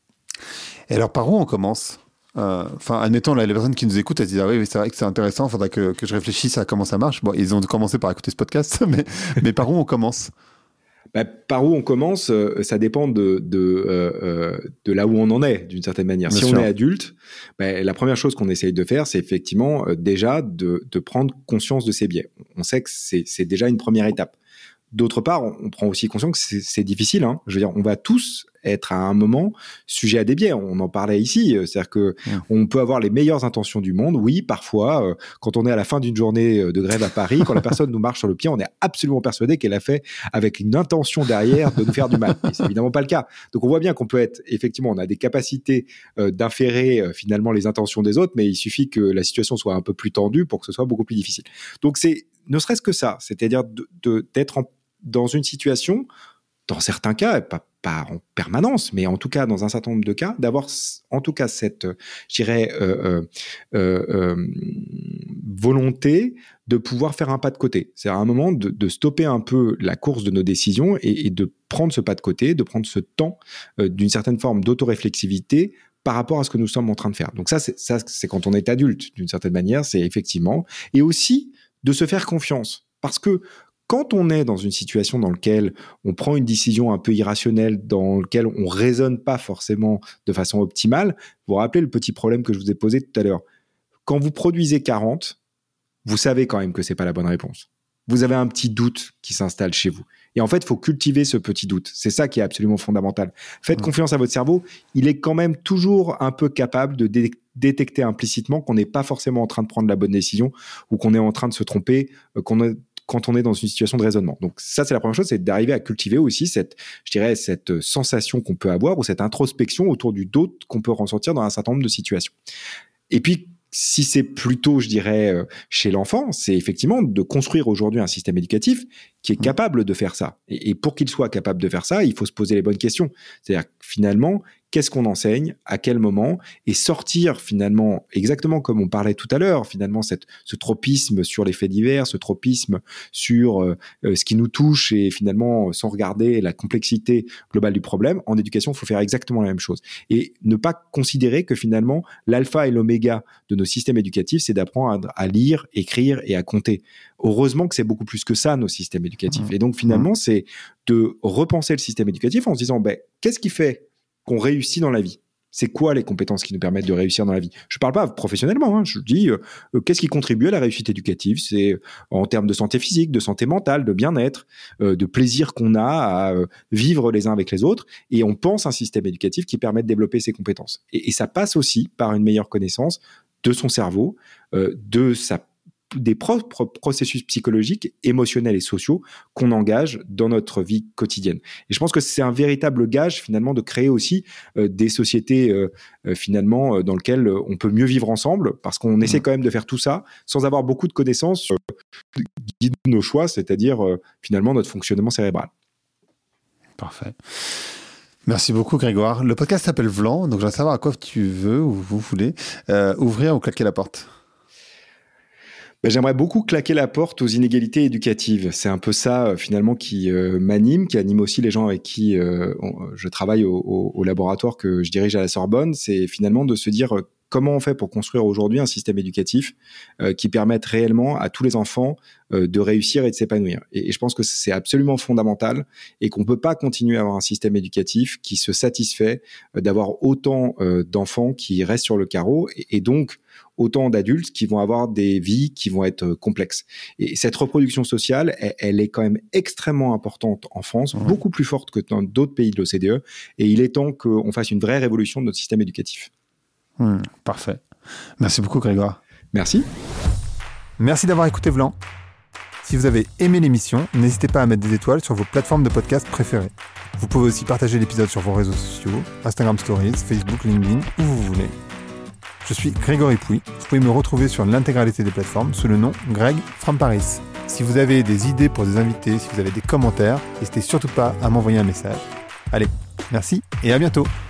Speaker 1: Et alors, par où on commence ? Enfin, euh, admettons, là, les personnes qui nous écoutent, elles se disent ah oui, c'est vrai que c'est intéressant, il faudra que, que je réfléchisse à comment ça marche. Bon, ils ont commencé par écouter ce podcast, mais, mais par où on commence ?
Speaker 2: Bah, par où on commence, euh, ça dépend de, de, euh, de là où on en est, d'une certaine manière. Bien si sûr. On est adulte, bah, la première chose qu'on essaye de faire, c'est effectivement euh, déjà de, de prendre conscience de ses biais. On sait que c'est, c'est déjà une première étape. D'autre part, on, on prend aussi conscience que c'est, c'est difficile. Hein. Je veux dire, on va tous être à un moment sujet à des biais. On en parlait ici. C'est-à-dire que mmh. on peut avoir les meilleures intentions du monde. Oui, parfois, euh, quand on est à la fin d'une journée de grève à Paris, quand la personne nous marche sur le pied, on est absolument persuadé qu'elle a fait avec une intention derrière de nous faire du mal. Et c'est évidemment pas le cas. Donc, on voit bien qu'on peut être, effectivement, on a des capacités euh, d'inférer euh, finalement les intentions des autres, mais il suffit que la situation soit un peu plus tendue pour que ce soit beaucoup plus difficile. Donc, c'est ne serait-ce que ça, c'est-à-dire de, de, d'être en, dans une situation, dans certains cas, pas pas en permanence, mais en tout cas dans un certain nombre de cas, d'avoir en tout cas cette, je dirais, euh, euh, euh, volonté de pouvoir faire un pas de côté. C'est à un moment de, de stopper un peu la course de nos décisions et, et de prendre ce pas de côté, de prendre ce temps euh, d'une certaine forme d'autoréflexivité par rapport à ce que nous sommes en train de faire. Donc ça, c'est, ça, c'est quand on est adulte, d'une certaine manière, c'est effectivement, et aussi de se faire confiance. Parce que quand on est dans une situation dans laquelle on prend une décision un peu irrationnelle, dans laquelle on raisonne pas forcément de façon optimale, vous vous rappelez le petit problème que je vous ai posé tout à l'heure. Quand vous produisez quarante, vous savez quand même que c'est pas la bonne réponse. Vous avez un petit doute qui s'installe chez vous. Et en fait, il faut cultiver ce petit doute. C'est ça qui est absolument fondamental. Faites mmh. confiance à votre cerveau. Il est quand même toujours un peu capable de dé- détecter implicitement qu'on n'est pas forcément en train de prendre la bonne décision ou qu'on est en train de se tromper, euh, qu'on est quand on est dans une situation de raisonnement. Donc ça, c'est la première chose, c'est d'arriver à cultiver aussi cette, je dirais, cette sensation qu'on peut avoir ou cette introspection autour du doute qu'on peut ressentir dans un certain nombre de situations. Et puis, si c'est plutôt, je dirais, chez l'enfant, c'est effectivement de construire aujourd'hui un système éducatif qui est capable de faire ça. Et, et pour qu'il soit capable de faire ça, il faut se poser les bonnes questions. C'est-à-dire, finalement, qu'est-ce qu'on enseigne, à quel moment, et sortir finalement, exactement comme on parlait tout à l'heure, finalement, cette, ce tropisme sur les faits divers, ce tropisme sur euh, ce qui nous touche, et finalement, sans regarder la complexité globale du problème, en éducation, il faut faire exactement la même chose. Et ne pas considérer que finalement, l'alpha et l'oméga de nos systèmes éducatifs, c'est d'apprendre à, à lire, écrire et à compter. Heureusement que c'est beaucoup plus que ça, nos systèmes éducatifs. Mmh. Et donc, finalement, mmh. c'est de repenser le système éducatif en se disant, ben, qu'est-ce qui fait qu'on réussit dans la vie? C'est quoi les compétences qui nous permettent de réussir dans la vie? Je ne parle pas professionnellement, hein, je dis euh, qu'est-ce qui contribue à la réussite éducative? C'est en termes de santé physique, de santé mentale, de bien-être, euh, de plaisir qu'on a à euh, vivre les uns avec les autres, et on pense un système éducatif qui permet de développer ces compétences. Et, et ça passe aussi par une meilleure connaissance de son cerveau, euh, de sa des propres processus psychologiques, émotionnels et sociaux qu'on engage dans notre vie quotidienne. Et je pense que c'est un véritable gage finalement de créer aussi euh, des sociétés euh, euh, finalement euh, dans lesquelles on peut mieux vivre ensemble, parce qu'on mmh. essaie quand même de faire tout ça sans avoir beaucoup de connaissances sur euh, guide nos choix, c'est-à-dire euh, finalement notre fonctionnement cérébral.
Speaker 1: Parfait. Merci beaucoup Grégoire. Le podcast s'appelle Vlan, donc je veux savoir à quoi tu veux ou vous voulez euh, ouvrir ou claquer la porte.
Speaker 2: Ben, j'aimerais beaucoup claquer la porte aux inégalités éducatives. C'est un peu ça, euh, finalement, qui euh, m'anime, qui anime aussi les gens avec qui euh, on, je travaille au, au, au laboratoire que je dirige à la Sorbonne. C'est finalement de se dire euh, comment on fait pour construire aujourd'hui un système éducatif euh, qui permette réellement à tous les enfants euh, de réussir et de s'épanouir. Et, et je pense que c'est absolument fondamental et qu'on ne peut pas continuer à avoir un système éducatif qui se satisfait euh, d'avoir autant euh, d'enfants qui restent sur le carreau et, et donc autant d'adultes qui vont avoir des vies qui vont être complexes. Et cette reproduction sociale, elle, elle est quand même extrêmement importante en France, mmh. beaucoup plus forte que dans d'autres pays de l'O C D E, et il est temps qu'on fasse une vraie révolution de notre système éducatif.
Speaker 1: Mmh, parfait. Merci beaucoup Grégoire.
Speaker 2: Merci.
Speaker 1: Merci d'avoir écouté Vlan. Si vous avez aimé l'émission, n'hésitez pas à mettre des étoiles sur vos plateformes de podcast préférées. Vous pouvez aussi partager l'épisode sur vos réseaux sociaux, Instagram Stories, Facebook, LinkedIn, où vous voulez. Je suis Grégory Pouy. Vous pouvez me retrouver sur l'intégralité des plateformes sous le nom Greg from Paris. Si vous avez des idées pour des invités, si vous avez des commentaires, n'hésitez surtout pas à m'envoyer un message. Allez, merci et à bientôt.